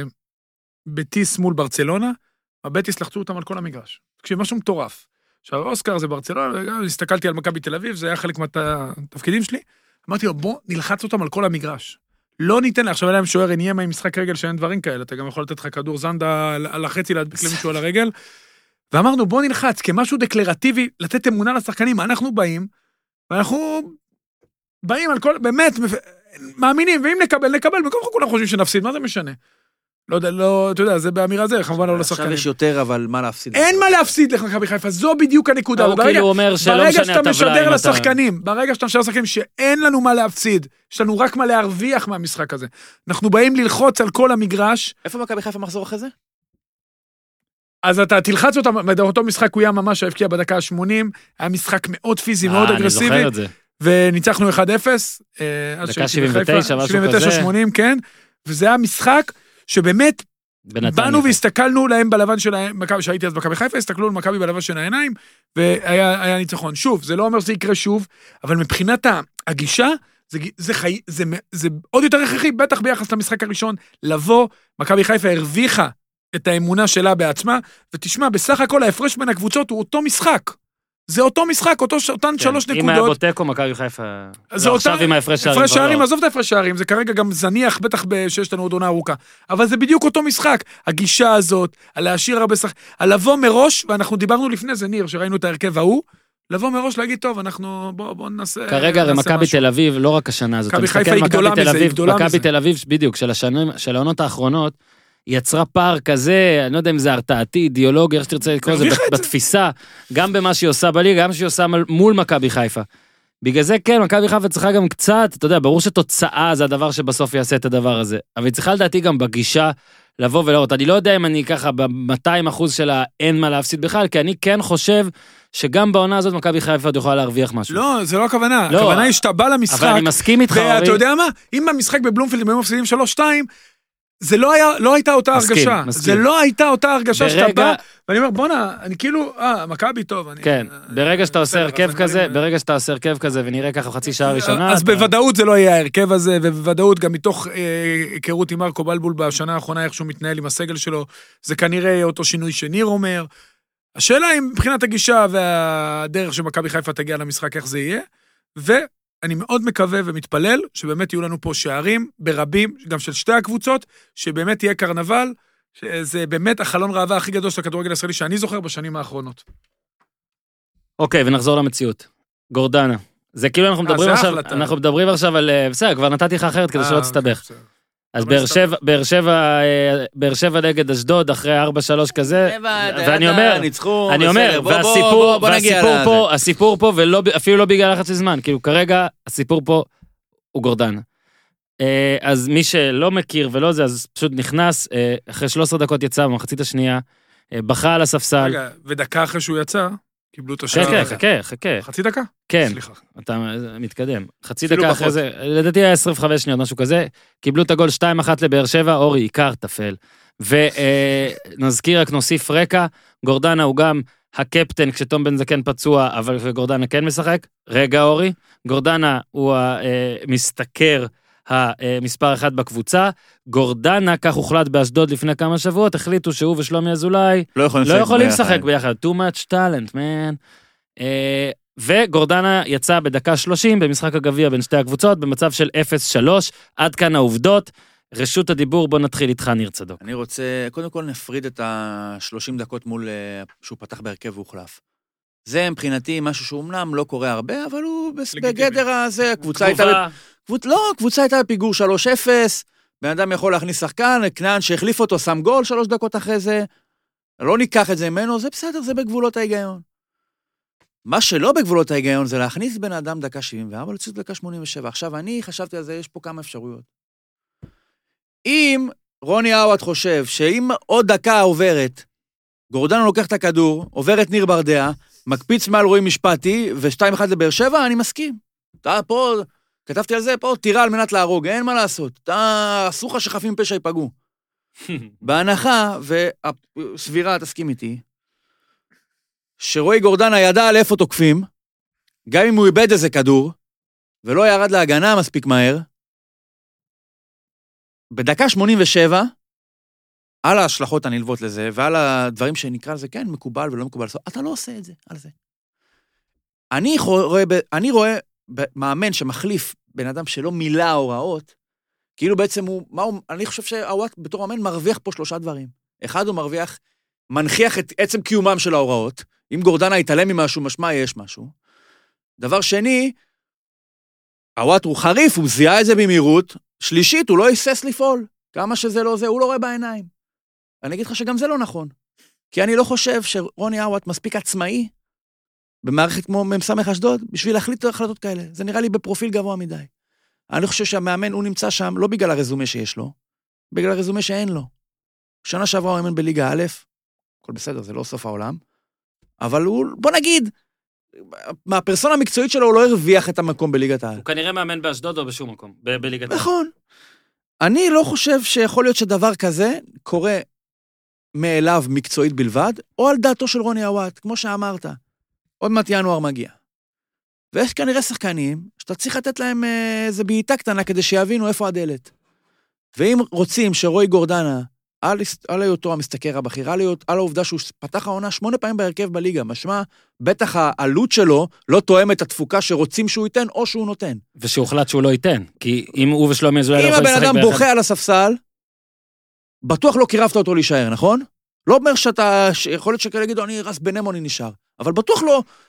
בטיס מול ברצלונה, הבטיס לחצו אותם על כל המגרש. תקשיב, משהו מטורף. עכשיו, אוסקר זה ברצלונה, הסתכלתי על מכבי תל אביב, זה היה חלק מהתפקידים שלי, אמרתי לו, בוא נלחץ אותם על כל המגרש. לא ניתן לה, עכשיו אליהם שוער עניימה עם משחק רגל שאין דברים כאלה, אתה גם יכול לתת לך כדור זנדה על החצי להדביק למישהו על הרגל, ואמרנו בוא נלחץ כמשהו דקלרטיבי, לתת אמונה לשחקנים, אנחנו באים, ואנחנו באים על כל, באמת, מאמינים, ואם נקבל, בכל כולם חושבים שנפסיד, מה זה משנה? לא יודע, אתה יודע, זה באמירה זה, כמובן לא לשחקנים. עכשיו יש יותר, אבל מה להפסיד? אין מה להפסיד לך מכבי חיפה, זו בדיוק הנקודה. ברגע שאתה משדר לשחקנים, ברגע שאתה משדר לשחקנים שאין לנו מה להפסיד, יש לנו רק מה להרוויח מהמשחק הזה. אנחנו באים ללחוץ על כל המגרש. איפה מכבי חיפה מחזור אחרי זה? אז אתה תלחץ אותם, אותו משחק הוא היה ממש הבקיע בדקה ה-80, היה משחק מאוד פיזי, מאוד אגרסיבי. אני זוכר את זה. וניצחנו 1-0. דקה 79, משהו כזה. 79-80, כן. וזה היה משחק שבאמת באנו והסתכלנו להם בלבן שלהם, שהייתי אז מכבי חיפה, הסתכלו על מכבי בלבן של העיניים, והיה ניצחון. שוב, זה לא אומר שזה יקרה שוב, אבל מבחינת הגישה, זה עוד יותר הכרחי, בטח ביחס למשחק הראשון, לבוא, מכבי חיפה הרוויחה את האמונה שלה בעצמה, ותשמע, בסך הכל ההפרש בין הקבוצות הוא אותו משחק. זה אותו משחק, אותן 3 נקודות. אם היה בוטקו, מכבי חיפה, עכשיו עם ההפרש שערים. הפרש שערים, עזוב את ההפרש שערים, זה כרגע גם זניח, בטח שיש לנו עוד עונה ארוכה. אבל זה בדיוק אותו משחק. הגישה הזאת, על להשאיר הרבה שחק, על לבוא מראש, ואנחנו דיברנו לפני זה, ניר, שראינו את ההרכב ההוא, לבוא מראש להגיד, טוב, אנחנו, בוא נעשה... כרגע הרי מכבי תל אביב, לא רק השנה הזאת. מכבי חיפה היא גדולה מזה, היא גדולה מזה. מכבי תל אביב, בדיוק, של העונות האחרונות, יצרה פער כזה, אני לא יודע אם זה הרתעתי, אידיאולוגיה, איך שתרצה לקרוא זה בתפיסה, גם במה שהיא עושה בליגה, גם שהיא עושה מול מכבי חיפה. בגלל זה כן, מכבי חיפה צריכה גם קצת, אתה יודע, ברור שתוצאה זה הדבר שבסוף יעשה את הדבר הזה, אבל היא צריכה לדעתי גם בגישה לבוא ולראות. אני לא יודע אם אני ככה ב-200% שלה אין מה להפסיד בכלל, כי אני כן חושב שגם בעונה הזאת מכבי חיפה עוד יכולה להרוויח משהו. לא, זה לא הכוונה. הכוונה היא שאתה בא למשחק. אבל אני מסכים איתך, ואתה יודע מה? אם במשחק בבלומפילד הם מפסידים 3-2, זה לא הייתה אותה הרגשה. מסכים. זה לא הייתה אותה הרגשה שאתה ברגע- בא, ואני אומר, בוא'נה, אני כאילו, מכבי טוב. כן, ברגע שאתה עושה הרכב כזה, ונראה ככה חצי שעה ראשונה... אז בוודאות זה לא יהיה ההרכב הזה, ובוודאות גם מתוך היכרות עם מרקו בלבול בשנה האחרונה, איך שהוא מתנהל עם הסגל שלו, זה כנראה אותו שינוי שניר אומר. השאלה היא מבחינת הגישה והדרך שמכבי חיפה תגיע למשחק, איך זה יהיה, ואני מאוד מקווה ומתפלל שבאמת יהיו לנו פה שערים ברבים, גם של שתי הקבוצות, שבאמת יהיה קרנבל, שזה באמת החלון ראווה הכי גדול של הכדורגל הישראלי שאני זוכר בשנים האחרונות. אוקיי, ונחזור למציאות. גורדנה. זה כאילו אנחנו מדברים עכשיו על... בסדר, כבר נתתי לך אחרת כדי שלא תסתבך. אז באר שבע נגד אשדוד אחרי 4-3 כזה, ואני אומר, והסיפור פה, אפילו לא בגלל לחץ זמן, כאילו כרגע הסיפור פה הוא גורדנה. אז מי שלא מכיר ולא זה, אז פשוט נכנס, אחרי 13 דקות יצא במחצית השנייה, בכה על הספסל. רגע, ודקה אחרי שהוא יצא, קיבלו את השער. חכה. חצי דקה? כן. סליחה. אתה מתקדם. חצי דקה אחרי זה, לדעתי היה 25 שניות, משהו כזה, קיבלו את הגול 2-1 לבאר שבע, אורי עיקר תפל. ונזכיר רק נוסיף רקע, גורדנה הוא גם הקפטן כשתום בן זקן פצוע, אבל גורדנה כן משחק. רגע אורי, גורדנה הוא המסתכר המספר 1 בקבוצה, גורדנה, כך הוחלט באשדוד לפני כמה שבועות, החליטו שהוא ושלומי אזולאי לא יכולים לשחק ביחד, too much talent, man. וגורדנה יצא בדקה 30 במשחק הגביע בין שתי הקבוצות, במצב של 0-3, עד כאן העובדות, רשות הדיבור, בוא נתחיל איתך ניר צדוק. אני רוצה, קודם כל נפריד את ה-30 דקות מול, שהוא פתח בהרכב והוחלף. זה מבחינתי משהו שאומנם לא קורה הרבה, אבל הוא בגדר הזה, קבוצה הייתה בפיגור 3-0, בן אדם יכול להכניס שחקן, כנען שהחליף אותו, שם גול 3 דקות אחרי זה, לא ניקח את זה ממנו, זה בסדר, זה בגבולות ההיגיון. מה שלא בגבולות ההיגיון זה להכניס בן אדם דקה 74, ולצאת דקה 87. עכשיו, אני חשבתי על זה, יש פה כמה אפשרויות. אם רוני עווד חושב שאם עוד דקה עוברת, גורדנה לוקח את הכדור, עוברת ניר ברדע, מקפיץ מעל רועי משפטי, ו2-1 לבאר שבע, אני מסכים. אתה פה, כתבתי על זה, פה תירה על מנת להרוג, אין מה לעשות. אתה אסור לך שחפים פשע ייפגעו. בהנחה, והסבירה תסכים איתי, שרועי גורדנה ידע לאיפה תוקפים, גם אם הוא איבד איזה כדור, ולא ירד להגנה מספיק מהר, בדקה 87, על ההשלכות הנלוות לזה, ועל הדברים שנקרא לזה, כן, מקובל ולא מקובל, אתה לא עושה את זה, על זה. אני רואה מאמן שמחליף בן אדם שלא מילא ההוראות, כאילו בעצם אני חושב שהוואט בתור מאמן מרוויח פה 3 דברים. אחד, הוא מנחיח את עצם קיומם של ההוראות, אם גורדנה יתעלם ממשהו, משמע יש משהו. דבר שני, הוואט הוא חריף, הוא זיהה את זה במהירות, שלישית, הוא לא יסס לפעול, כמה שזה לא זה, הוא לא רואה בעיניים. אני אגיד לך שגם זה לא נכון, כי אני לא חושב שרוני עווד מספיק עצמאי, במערכת כמו ממסמך אשדוד, בשביל להחליט החלטות כאלה. זה נראה לי בפרופיל גבוה מדי. אני חושב שהמאמן, הוא נמצא שם, לא בגלל הרזומה שיש לו, בגלל הרזומה שאין לו. שנה שעברה הוא מאמן בליגה א', הכל בסדר, זה לא סוף העולם, אבל הוא, בוא נגיד, מהפרסונה המקצועית שלו הוא לא הרוויח את המקום בליגת העל. הוא כנראה מאמן באשדוד או בשום מקום, בליגת העל. נכון. אני לא חושב שיכול להיות שדבר כזה קורה מאליו מקצועית בלבד, או על דעתו של רוני עווד, כמו שאמרת. עוד מעט ינואר מגיע. ויש כנראה שחקנים שאתה צריך לתת להם איזו בעיטה קטנה כדי שיבינו איפה הדלת. ואם רוצים שרועי גורדנה, על היותו המסתכל הבכיר, על העובדה שהוא פתח העונה 8 פעמים בהרכב בליגה, משמע, בטח העלות שלו לא תואם את התפוקה שרוצים שהוא ייתן או שהוא נותן. ושהוחלט שהוא לא ייתן, כי אם הוא ושלומי אזולאי לא יכולים לשחק ביחד. אם הבן אדם בוכה על הספסל, בטוח לא קירבת אותו להישאר, נכון? לא אומר שאתה, יכול להיות שכאלה יגידו, אני רס בנמוני נשאר, אבל בטוח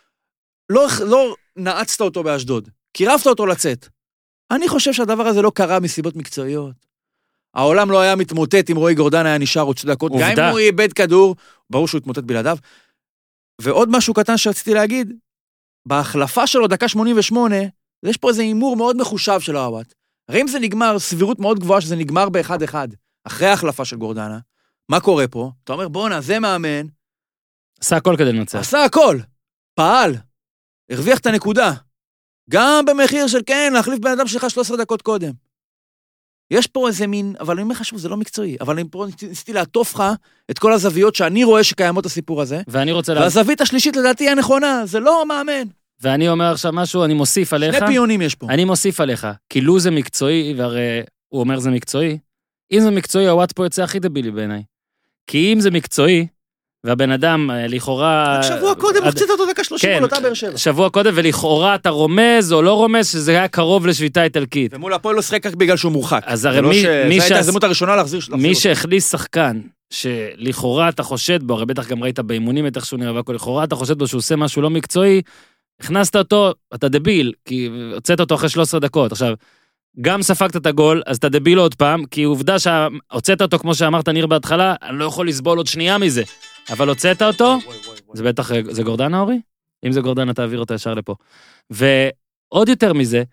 לא נעצת אותו באשדוד, קירבת אותו לצאת. אני חושב שהדבר הזה לא קרה מסיבות מקצועיות. העולם לא היה מתמוטט אם רועי גורדנה היה נשאר עוד 2 דקות, גם אם הוא איבד כדור, ברור שהוא התמוטט בלעדיו. ועוד משהו קטן שרציתי להגיד, בהחלפה שלו דקה 88, יש פה איזה אימור מאוד מחושב של העווד. הרי אם זה נגמר, סבירות מאוד גבוהה שזה נגמר ב-1-1, אחרי ההחלפה של גורדנה, מה קורה פה? אתה אומר, בואנה, זה מאמן. עשה הכל כדי לנצח. עשה הכל. פעל. הרוויח את הנקודה. גם במחיר של כן, להחליף בן אדם שלך 13 דקות קודם. יש פה איזה מין, אבל אני אומר לך שוב, זה לא מקצועי, אבל אני פה ניסיתי לעטוף לך את כל הזוויות שאני רואה שקיימות הסיפור הזה, ואני רוצה והזווית השלישית לדעתי היא הנכונה, זה לא מאמן. ואני אומר עכשיו משהו, אני מוסיף עליך. שני פיונים יש פה. אני מוסיף עליך, כי לו זה מקצועי, והרי הוא אומר זה מקצועי, אם זה מקצועי, הוואט פה יוצא הכי דבילי בעיניי. כי אם זה מקצועי, והבן אדם לכאורה... שבוע קודם מחצית אותו דקה 30 כן, על אותה באר שבע. שבוע קודם, ולכאורה אתה רומז או לא רומז, שזה היה קרוב לשביתה איטלקית. ומול הפועל לא שחק רק בגלל שהוא מורחק. אז הרי מי זה הייתה ההזדמנות הראשונה להחזיר מי שהכניס שחקן, שלכאורה אתה חושד בו, הרי בטח גם ראית באימונים את איך שהוא נראה והכל, לכאורה אתה חושד בו שהוא עושה משהו לא מקצועי, הכנסת אותו, אתה דביל, כי הוצאת אותו אחרי 13 דקות. עכשיו, גם ספגת את הגול, אז אתה דביל עוד פעם, כי עובדה שהוצאת אותו, כמו שאמרת ניר בהתחלה, אני לא יכול לסבול עוד שנייה מזה. אבל הוצאת אותו, זה בטח, זה גורדנה אורי? אם זה גורדנה, תעביר אותו ישר לפה. ועוד יותר מזה,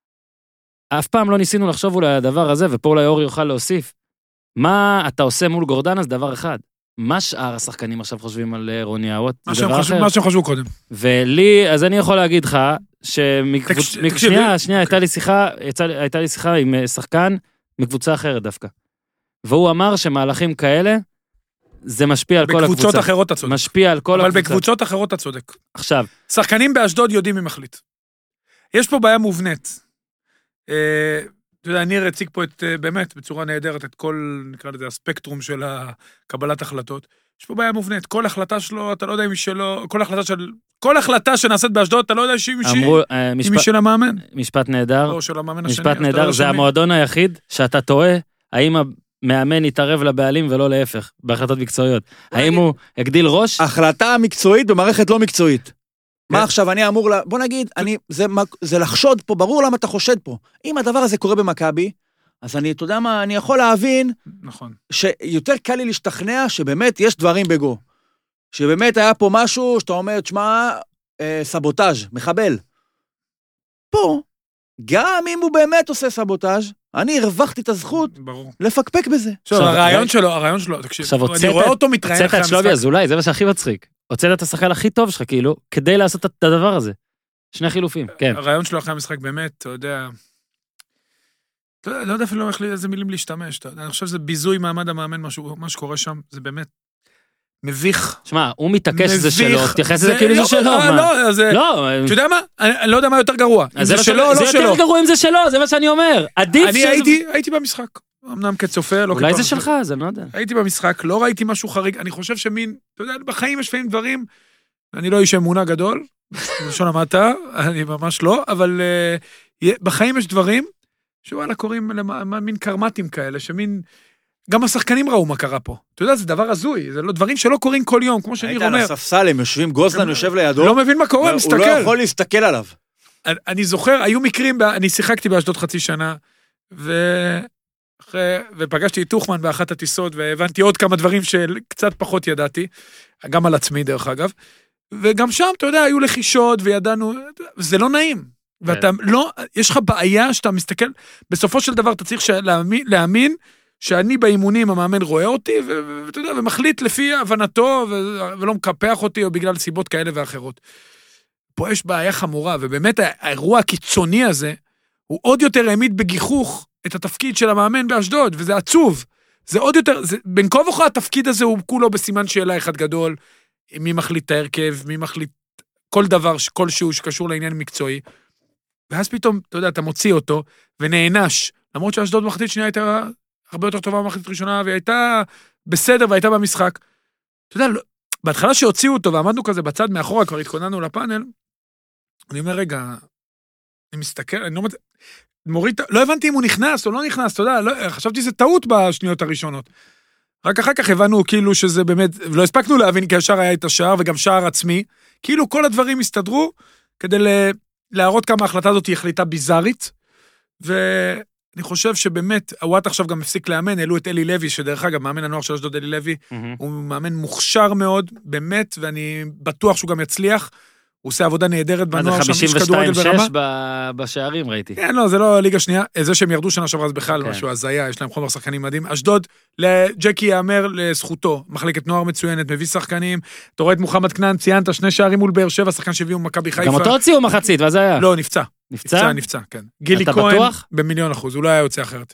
אף פעם לא ניסינו לחשוב אולי על הדבר הזה, ופה אולי אורי יוכל להוסיף. מה אתה עושה מול גורדנה זה דבר אחד. מה שאר השחקנים עכשיו חושבים על רוני אהוט? מה שהם חשבו קודם. ולי, אז אני יכול להגיד לך, שנייה, הייתה לי שיחה עם שחקן מקבוצה אחרת דווקא. והוא אמר שמהלכים כאלה, זה משפיע על כל הקבוצה. בקבוצות אחרות אתה צודק. משפיע על כל הקבוצה. אבל בקבוצות אחרות אתה צודק. עכשיו. שחקנים באשדוד יודעים מי מחליט. יש פה בעיה מובנית. אתה יודע, ניר הציג פה באמת, בצורה נהדרת, את כל, נקרא לזה, הספקטרום של קבלת החלטות. יש פה בעיה מובנית. כל החלטה שלו, אתה לא יודע אם היא שלו, כל החלטה שנעשית באשדוד, אתה לא יודע שהיא מי של המאמן. משפט נהדר. או של המאמן השני. משפט נהדר, זה המועדון היחיד שאתה טועה, האם מאמן יתערב לבעלים ולא להפך, בהחלטות מקצועיות. האם הוא יגדיל ראש? החלטה מקצועית במערכת לא מקצועית. מה עכשיו אני אמור, בוא נגיד, זה לחשוד פה, ברור למה אתה חושד פה. אם הדבר הזה קורה במכבי, אז אתה יודע מה, אני יכול להבין, נכון. שיותר קל לי להשתכנע שבאמת יש דברים בגו. שבאמת היה פה משהו שאתה אומר, תשמע, סבוטאז', מחבל. פה, גם אם הוא באמת עושה סבוטאז', אני הרווחתי את הזכות לפקפק בזה. הרעיון שלו, תקשיב, אני רואה אותו מתראיין אחרי המשחק. הוצאת את שלומי אזולאי, זה מה שהכי מצחיק. הוצאת את השחקן הכי טוב שלך, כאילו, כדי לעשות את הדבר הזה. שני חילופים, כן. הרעיון שלו אחרי המשחק באמת, אתה יודע, לא יודע אפילו איזה מילים להשתמש, אני חושב שזה ביזוי מעמד המאמן, מה שקורה שם, זה באמת מביך. שמע, הוא מתעקש שזה שלו, תתייחס לזה כאילו זה שלו. לא, אתה יודע מה? אני לא יודע מה יותר גרוע. זה שלו או לא שלו. זה יותר גרוע אם זה שלו, זה מה שאני אומר. עדיף אני הייתי במשחק. אמנם כצופה, לא אולי זה שלך, זה לא יודע. הייתי במשחק, לא ראיתי משהו חריג, אני חושב שמין, אתה יודע, בחיים יש פעמים דברים, אני לא איש אמונה גדול, בלשון המעטה, אני ממש לא, אבל בחיים יש דברים, שוואלה קוראים מין קרמטים כאלה, שמין, גם השחקנים ראו מה קרה פה. אתה יודע, זה דבר הזוי, זה לא דברים שלא קורים כל יום, כמו שאני אומר. היית על הספסל, הם יושבים, גוזלן יושב לידו. לא מבין מה קורה, מסתכל. הוא לא יכול להסתכל עליו. אני זוכר, היו מקרים, אני שיחקתי באשדוד חצי שנה, ופגשתי את תוכמן באחת הטיסות, והבנתי עוד כמה דברים שקצת פחות ידעתי, גם על עצמי דרך אגב, וגם שם, אתה יודע, היו לחישות, וידענו, זה לא נעים, ואתה לא, יש לך בעיה שאתה מסתכל, בסופו של דבר אתה צריך להאמין, שאני באימונים, המאמן רואה אותי, ואתה יודע, ומחליט לפי הבנתו, ולא מקפח אותי, או בגלל סיבות כאלה ואחרות. פה יש בעיה חמורה, ובאמת האירוע הקיצוני הזה, הוא עוד יותר העמיד בגיחוך, את התפקיד של המאמן באשדוד, וזה עצוב. זה עוד יותר, בין כה וכה התפקיד הזה הוא כולו בסימן שאלה אחד גדול, מי מחליט את ההרכב, מי מחליט כל דבר, כלשהו שקשור לעניין מקצועי, ואז פתאום, אתה יודע, אתה מוציא אותו, ונענש, למרות שאשדוד מחליט שנייה הייתה הרבה יותר טובה במחליט ראשונה, והיא הייתה בסדר, והייתה במשחק. אתה יודע, בהתחלה שהוציאו אותו, ועמדנו כזה בצד מאחורה, כבר התכוננו לפאנל, אני אומר, רגע, אני מסתכל, אני לא הבנתי אם הוא נכנס או לא נכנס, אתה יודע, חשבתי שזה טעות בשניות הראשונות. רק אחר כך הבנו כאילו שזה באמת, ולא הספקנו להבין כי השאר היה את השאר, וגם שער עצמי, כאילו כל הדברים הסתדרו, כדי להראות כמה ההחלטה הזאת היא החליטה ביזארית, ואני חושב שבאמת, הוואט עכשיו גם הפסיק לאמן, העלו את אלי לוי, שדרך אגב, מאמן הנוער של אשדוד אלי לוי, הוא מאמן מוכשר מאוד, באמת, ואני בטוח שהוא גם יצליח, הוא עושה עבודה נהדרת בנוער, שם יש כדורגל ברמה. 52-6 בשערים ראיתי. כן, לא, זה לא ליגה שנייה, זה שהם ירדו שנה שעברה, זה בכלל משהו הזיה, יש להם חומר שחקנים מדהים. אשדוד, לג'קי יאמר לזכותו, מחלקת נוער מצוינת, מביא שחקנים, אתה רואה את מוחמד כנען, ציינת 2 שערים מול באר שבע, שחקן שהביאו מכבי חיפה. גם אותו הוציאו מחצית, ואז היה? לא, נפצע. נפצע? נפצע, כן. גילי כהן, ב1,000,000%, הוא לא היה יוצא אחרת.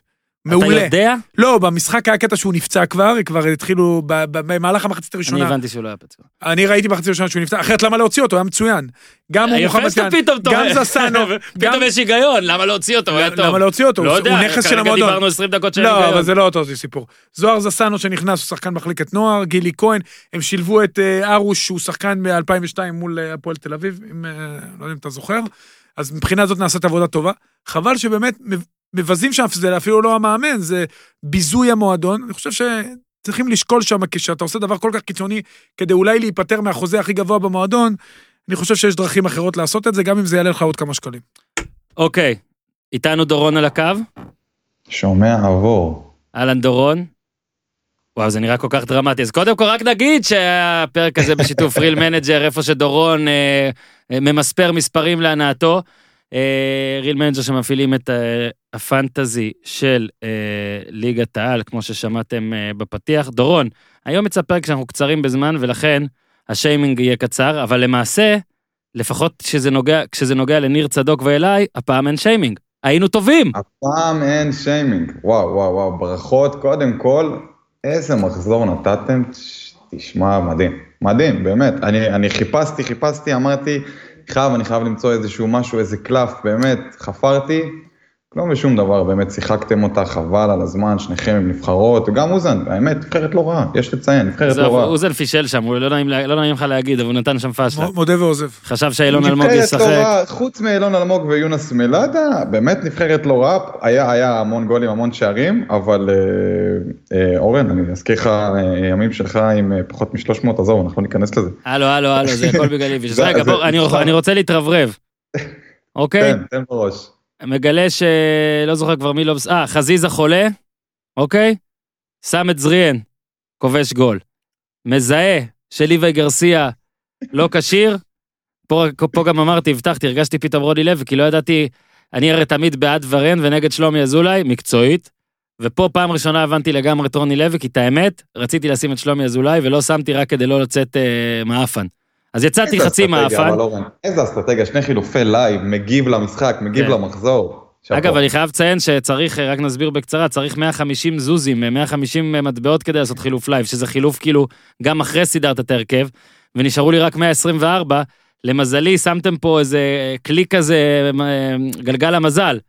מעולה. אתה יודע? לא, במשחק היה קטע שהוא נפצע כבר התחילו, במהלך המחצית הראשונה. אני הבנתי שהוא לא היה פצוע. אני ראיתי במחצית הראשונה שהוא נפצע, אחרת למה להוציא אותו, היה מצוין. גם הוא מוחמד כאן, גם זסנו. פתאום יש היגיון, למה להוציא אותו? למה להוציא אותו? לא הוא יודע, נכס של כרגע המועדון. דיברנו 20 דקות של היגיון. לא, אבל זה לא אותו סיפור. זוהר זסנו שנכנס, הוא שחקן מחלקת נוער, גילי כהן, הם שילבו את ארוש, שהוא שחקן ב-2002 מול הפועל תל אביב, לא יודע אם אתה זוכר. אז מבחינה זאת נעשית עבודה טובה. חבל שבאמת מבזים שם, זה אפילו לא המאמן, זה ביזוי המועדון. אני חושב שצריכים לשקול שם, כשאתה עושה דבר כל כך קיצוני, כדי אולי להיפטר מהחוזה הכי גבוה במועדון, אני חושב שיש דרכים אחרות לעשות את זה, גם אם זה יעלה לך עוד כמה שקלים. אוקיי, איתנו דורון על הקו. שומע עבור. אהלן דורון. וואו, זה נראה כל כך דרמטי. אז קודם כל רק נגיד שהפרק הזה בשיתוף ריל מנג'ר, איפה שדורון ממספר מספרים להנאתו, ריל מנג'ר שמפעילים את הפנטזי של ליגת העל, כמו ששמעתם בפתיח. דורון, היום יצא פרק שאנחנו קצרים בזמן, ולכן השיימינג יהיה קצר, אבל למעשה, לפחות כשזה נוגע לניר צדוק ואליי, הפעם אין שיימינג. היינו טובים. הפעם אין שיימינג. וואו, וואו, וואו, ברכות קודם כל. איזה מחזור נתתם, תשמע, מדהים, מדהים, באמת, אני חיפשתי, אמרתי, אני חייב למצוא איזשהו משהו, איזה קלף, באמת, חפרתי, לא משום דבר, באמת, שיחקתם אותה, חבל על הזמן, שניכם עם נבחרות, וגם אוזן, האמת, נבחרת לא רעה, יש לציין, נבחרת לא רעה. אוזן פישל שם, הוא לא נעים לך להגיד, אבל הוא נתן שם פשלה. מודה ועוזב. חשב שאילון אלמוג ישחק. נבחרת לא רעה, חוץ מאילון אלמוג ויונס מלאדה, באמת נבחרת לא רעה, היה המון גולים, המון שערים, אבל אורן, אני אזכיר לך ימים שלך עם פחות מ-300, עזוב, אנחנו ניכנס לזה. הלו, זה הכל בגלל איביץ'. רגע, בוא, אני רוצה להתרברב. אוקיי? תן בראש. מגלה שלא זוכר כבר מי לא... חזיזה חולה, אוקיי? שם את זריאן, כובש גול. מזהה שליווי גרסיה לא קשיר, פה גם אמרתי, הבטחתי, הרגשתי פתאום רוני לוי, כי לא ידעתי, אני הרי תמיד בעד ורן ונגד שלומי אזולאי, מקצועית, ופה פעם ראשונה הבנתי לגמרי את רוני לוי, כי את האמת, רציתי לשים את שלומי אזולאי, ולא שמתי רק כדי לא לצאת מאפן. אז יצאתי חצי מאפן. איזה אסטרטגיה, שני חילופי לייב, מגיב למשחק, מגיב למחזור. אגב, אני חייב לציין שצריך, רק נסביר בקצרה, צריך 150 זוזים, 150 מטבעות כדי לעשות חילוף לייב, שזה חילוף כאילו גם אחרי סידרת את ההרכב, ונשארו לי רק 124, למזלי שמתם פה איזה קליק כזה, גלגל המזל,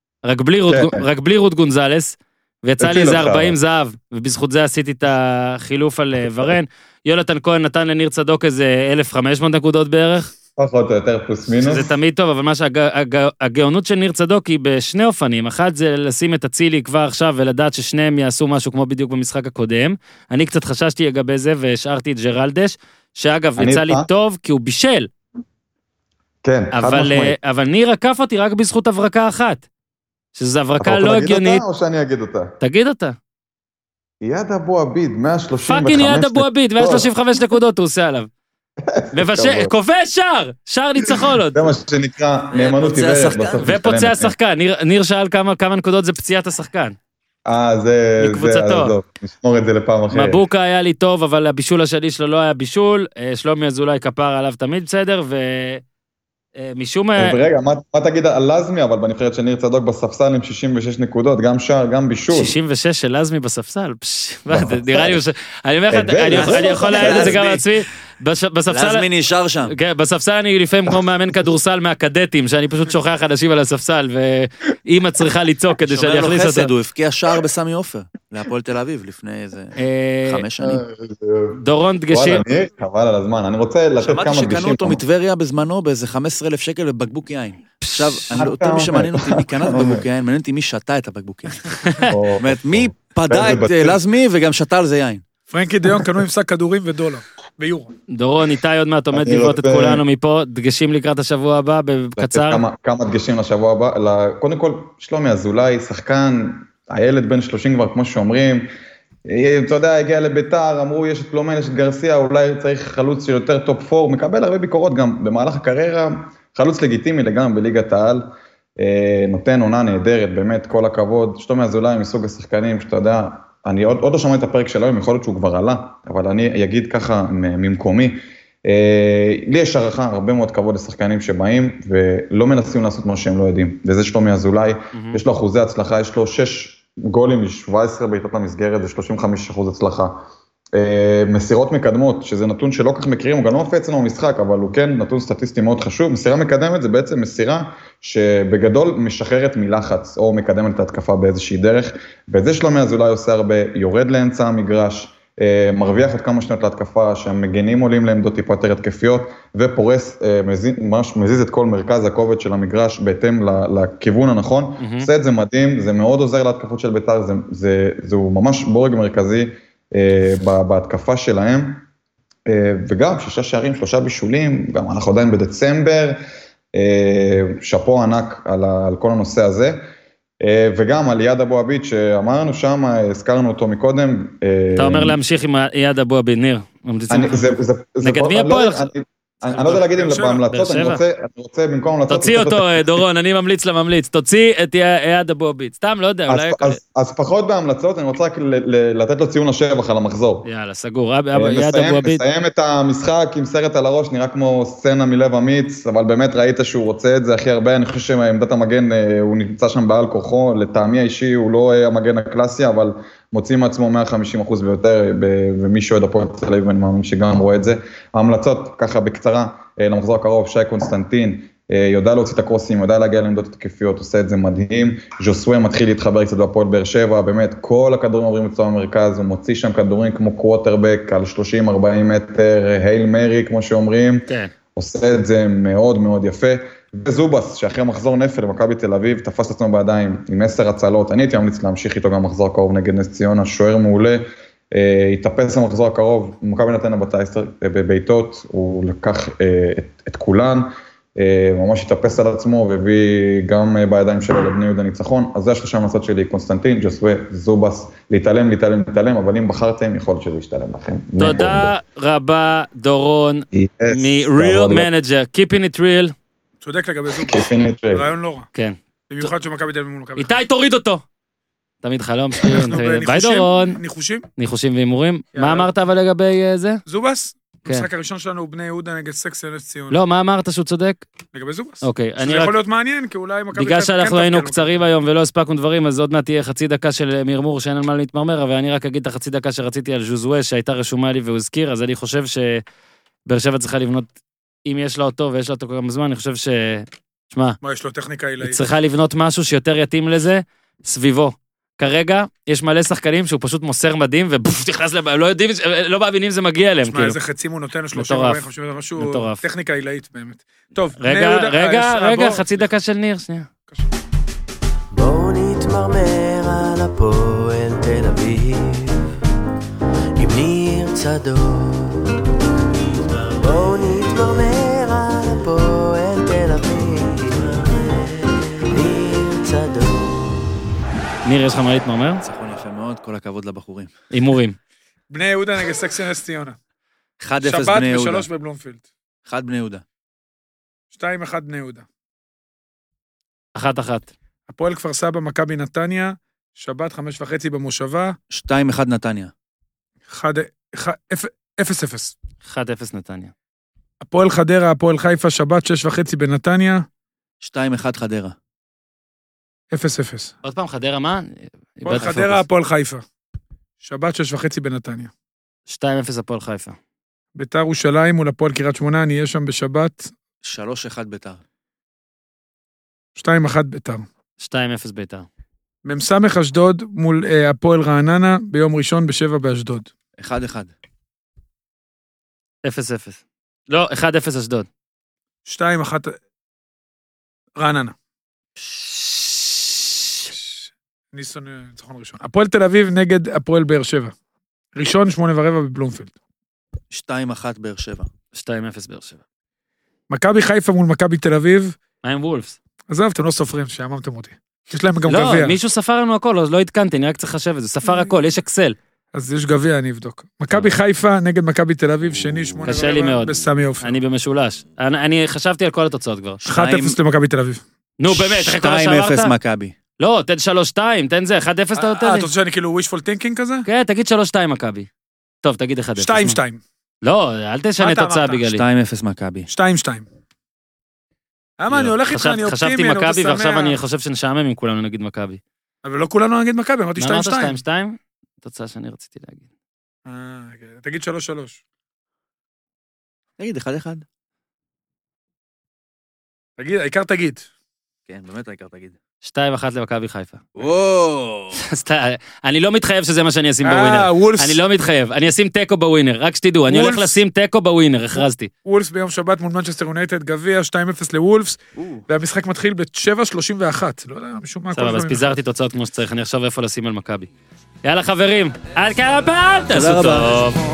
רק בלי רות גונזלס, ויצא לי איזה 40 זהב, ובזכות זה עשיתי את החילוף על ורן. יונתן כהן נתן לניר צדוק איזה 1,500 נקודות בערך. פחות או יותר פלוס מינוס. זה תמיד טוב, אבל מה שהגאונות של ניר צדוק היא בשני אופנים. אחד זה לשים את הצילי כבר עכשיו ולדעת ששניהם יעשו משהו כמו בדיוק במשחק הקודם. אני קצת חששתי לגבי זה והשארתי את ג'רלדש, שאגב יצא לי טוב כי הוא בישל. כן, חד משמעית. אבל ניר עקף אותי רק בזכות הברקה אחת. שזו הברקה לא הגיונית. אתה רוצה להגיד אותה או שאני אגיד אותה? תגיד אותה. יד אבו עביד, 135. פאקינג יד אבו עביד, 135 נקודות הוא עושה עליו. כובש שער ניצחון עוד. זה מה שנקרא נאמנות עיוורת בסוף. ופוצע השחקן, ניר שאל כמה נקודות זה פציעת השחקן. זה, נשמור את זה לפעם אחרת. מבוקה היה לי טוב, אבל הבישול השני שלו לא היה בישול, שלומי אזולאי כפר עליו תמיד בסדר, ומשום... רגע, מה תגיד על לזמי, אבל בנבחרת של ניר צדוק בספסל עם 66 נקודות, גם שער, גם בישול. 66 של לזמי בספסל, נראה לי, אני יכול להעיד את זה גם לעצמי, לזמי נשאר שם. כן, בספסל אני לפעמים כמו מאמן כדורסל מהקדטים, שאני פשוט שוכח אנשים על הספסל, ואמא צריכה ליצוק כדי שאני אכניס שומר לו אותו. חסד, הוא הפקיע שער בסמי עופר, להפועל תל אביב, לפני איזה 5 שנים. דורון דגשים. חבל על הזמן, אני רוצה לתת כמה דגשים. שמעתי שקנו אותו מטבריה בזמנו, באיזה 15,000 שקל בבקבוק יין. עכשיו, יותר משמעניין אותי מי קנה את בקבוק יין, מעניין אותי מי שתה את הבקבוק יין. זאת אומרת, מי פדה את לזמי וגם שתה על זה יין. פרנקי דיון קנו עם שק כדורים ודולר, ביורו. דורון, איתי עוד מעט עומד לבנות את כולנו מפה, דגשים לקראת השבוע הבא, בקצר. כמה דגשים לשבוע הבא, קודם כל, שלומי אזולאי, שחקן, הילד בן 30 כבר, כמו שאומרים, אתה יודע, הגיע לביתר, אמרו, יש את פלומן, יש את גרסיה, אולי צריך חלוץ של יותר טופ 4, מקבל הרבה ביקורות גם במהלך הקריירה, חלוץ לגיטימי לגמרי בליגת העל, נותן עונה נהדרת, באמת, כל הכבוד, שלומי אזולאי מסוג השחקנים, שאתה יודע, אני עוד לא שמעתי את הפרק של היום, יכול להיות שהוא כבר עלה, אבל אני אגיד ככה ממקומי, לי יש ערכה הרבה מאוד כבוד לשחקנים שבאים, ולא מנסים לעשות מה שהם לא יודעים, וזה שלומי אזולאי, יש לו אחוזי הצלחה, יש לו גולים מ-17 בעיטות למסגרת, זה 35% הצלחה. מסירות מקדמות, שזה נתון שלא כך מכירים, הוא גם לא מופיע אצלנו במשחק, אבל הוא כן נתון סטטיסטי מאוד חשוב. מסירה מקדמת זה בעצם מסירה שבגדול משחררת מלחץ, או מקדמת את ההתקפה באיזושהי דרך, וזה שלומי אזולאי עושה הרבה, יורד לאמצע המגרש, מרוויח עוד כמה שניות להתקפה, שהמגנים עולים לעמדות טיפה יותר התקפיות, ופורס, ממש מזיז את כל מרכז הכובד של המגרש, בהתאם לכיוון הנכון, עושה את זה מדהים, זה מאוד עוזר להתקפות של בית"ר, זהו ממש בורג מרכזי, בהתקפה שלהם, וגם 6 שערים, 3 בישולים, גם אנחנו עדיין בדצמבר, שפו ענק על כל הנושא הזה, וגם על איאד אבו עביד שאמרנו שם, הזכרנו אותו מקודם. אתה אומר להמשיך עם איאד אבו עביד, ניר. נגד מי הפועל? אני לא יודע להגיד אם בהמלצות, אני רוצה במקום המלצות... תוציא אותו, דורון, אני ממליץ לממליץ, תוציא את איאד אבו עביד, סתם, לא יודע, אולי... אז פחות בהמלצות, אני רוצה רק לתת לו ציון לשבח על המחזור. יאללה, סגור, איאד אבו עביד. נסיים את המשחק עם סרט על הראש, נראה כמו סצנה מלב אמיץ, אבל באמת ראית שהוא רוצה את זה הכי הרבה, אני חושב שעמדת המגן, הוא נמצא שם בעל כוחו, לטעמי האישי, הוא לא המגן הקלאסי, אבל מוצאים מעצמו 150% ויותר, ומי שאוהד הפועל תל אביב, אני מאמין שגם רואה את זה. ההמלצות, ככה בקצרה, למחזור הקרוב, שי קונסטנטין, יודע להוציא את הקרוסים, יודע להגיע לעמדות התקפיות, עושה את זה מדהים. ז'וסווה מתחיל להתחבר קצת בהפועל באר שבע, באמת, כל הכדורים עוברים אצלו במרכז, הוא מוציא שם כדורים כמו קווטרבק, על 30-40 מטר, הייל מרי, כמו שאומרים. כן. עושה את זה מאוד מאוד יפה. וזובס, שאחרי מחזור נפל למכבי תל אביב, תפס את עצמו בידיים עם 10 הצלות, אני הייתי ממליץ להמשיך איתו גם מחזור הקרוב נגד נס ציונה, שוער מעולה, התאפס למחזור הקרוב, מכבי נתניה בביתות, הוא לקח את כולן, ממש התאפס על עצמו, והביא גם בידיים שלו לבני יהודה ניצחון, אז זה 3 המלצות שלי, קונסטנטין, ג'וסווה, זובס, להתעלם, אבל אם בחרתם, יכול להיות שזה ישתלם לכם. תודה רבה, דורון, מ-Real Manager, keeping it real. צודק לגבי זובס, רעיון לא רע. כן. במיוחד שמכבי תל אביב מול מכבי. איתי, תוריד אותו. תמיד חלום, ביי דורון. ניחושים? ניחושים והימורים. מה אמרת אבל לגבי זה? זובס? המשחק הראשון שלנו הוא בני יהודה נגד סקסי נס ציונה. לא, מה אמרת שהוא צודק? לגבי זובס. אוקיי. שזה יכול להיות מעניין, כי אולי מכבי... בגלל שאנחנו היינו קצרים היום ולא הספקנו דברים, אז עוד מעט תהיה חצי דקה של מרמור שאין על מה להתמרמר, אבל אני רק אגיד את החצי דקה שרציתי על ז'וזווה, שהייתה רשומה לי והוא הזכיר, אז אני חושב שבאר שבע צריכה לבנות, אם יש לה אותו ויש לה אותו כמה זמן, אני חושב שמע, יש לו טכניקה עילאית. צריכה לבנות משהו שיותר יתאים לזה, סביבו. כרגע יש מלא שחקנים שהוא פשוט מוסר מדהים, ותכנס לבא, לא יודעים, לא מאמינים זה מגיע אליהם. תשמע, איזה חצים הוא נותן, 30-40, משהו, טכניקה עילאית באמת. טוב, רגע, חצי דקה של ניר, שנייה. בואו נתמרמר על הפועל תל אביב, עם ניר צדוק. בואו נתמרמר על הפועל תל אביב, ניר צדוק. ניר, יש לך מה להתמרמר? ניצחון יפה מאוד, כל הכבוד לבחורים. הימורים. בני יהודה נגד סקסי נס ציונה. 1-0 בני יהודה. שבת ו3 בבלומפילד. 1 בני יהודה. 2-1 בני יהודה. 1-1. הפועל כפר סבא, מכבי נתניה, שבת 5:30 במושבה. 2-1 נתניה. 0-0. 1-0 נתניה. הפועל חדרה, הפועל חיפה, שבת 6:30 בנתניה. 2-1 חדרה. 0-0. עוד פעם, חדרה מה? הפועל חדרה, הפועל חיפה. שבת 6:30 בנתניה. 2-0 הפועל חיפה. ביתר ירושלים מול הפועל קריית שמונה, אני אהיה שם בשבת. 3-1 ביתר. 2-1 ביתר. 2-0 ביתר. ממסמך אשדוד מול הפועל רעננה, ביום ראשון ב7 באשדוד. 1-1. 0-0. לא, 1-0 אשדוד. 2-1 רעננה. ניסון ניצחון ראשון. הפועל תל אביב נגד הפועל באר שבע. ראשון 8:15 בבלומפילד. 2-1 באר שבע. 2-0 באר שבע. מכבי חיפה מול מכבי תל אביב. מה עם וולפס? עזוב, אתם לא סופרים, שעממתם אותי. יש להם גם גביע. לא, מישהו ספר לנו הכל, לא התקנתי, אני רק צריך לחשב את זה. ספר הכל, יש אקסל. אז יש גביע, אני אבדוק. מכבי חיפה נגד מכבי תל אביב, שני 8:15 קשה לי מאוד. בסמי עופר. אני במשולש. אני חשבתי על כל התוצאות כבר. 1-0 למכבי תל אביב. נו, באמת, אחרי כל מה שאמרת? 2-0 מכבי. לא, תן 3-2, תן זה, 1-0 אתה נותן לי. אתה רוצה שאני כאילו wishful thinking כזה? כן, תגיד 3-2 מכבי. טוב, תגיד 1-0. 2-2. לא, אל תשנה תוצאה בגללי. 2-0 מכבי. 2-2. למה אני הולך איתך, אני אופטימי, חשבתי מכבי, ועכשיו אני חושב שנשעמם עם כולנו נגיד מכבי. אבל לא כולנו נגיד מכבי, אמרתי 2-2. אמרת 2-2? תוצאה שאני רציתי להגיד. תגיד 3-3. תגיד, 1-1. תגיד, העיקר תגיד. כן, באמת העיקר תגיד. 2-1 למכבי חיפה. וואו. אני לא מתחייב שזה מה שאני אשים בווינר. וולפס. אני לא מתחייב. אני אשים טקו בווינר, רק שתדעו. אני הולך לשים טקו בווינר, הכרזתי. וולפס ביום שבת מול מנצ'סטר יונייטד, גביע 2-0 לוולפס, והמשחק מתחיל ב-7:31. לא יודע, משום מה. סבבה, אז פיזרתי תוצאות כמו שצריך, אני עכשיו איפה לשים על מכבי. יאללה חברים, עד כאן הפעם, תעשו טוב.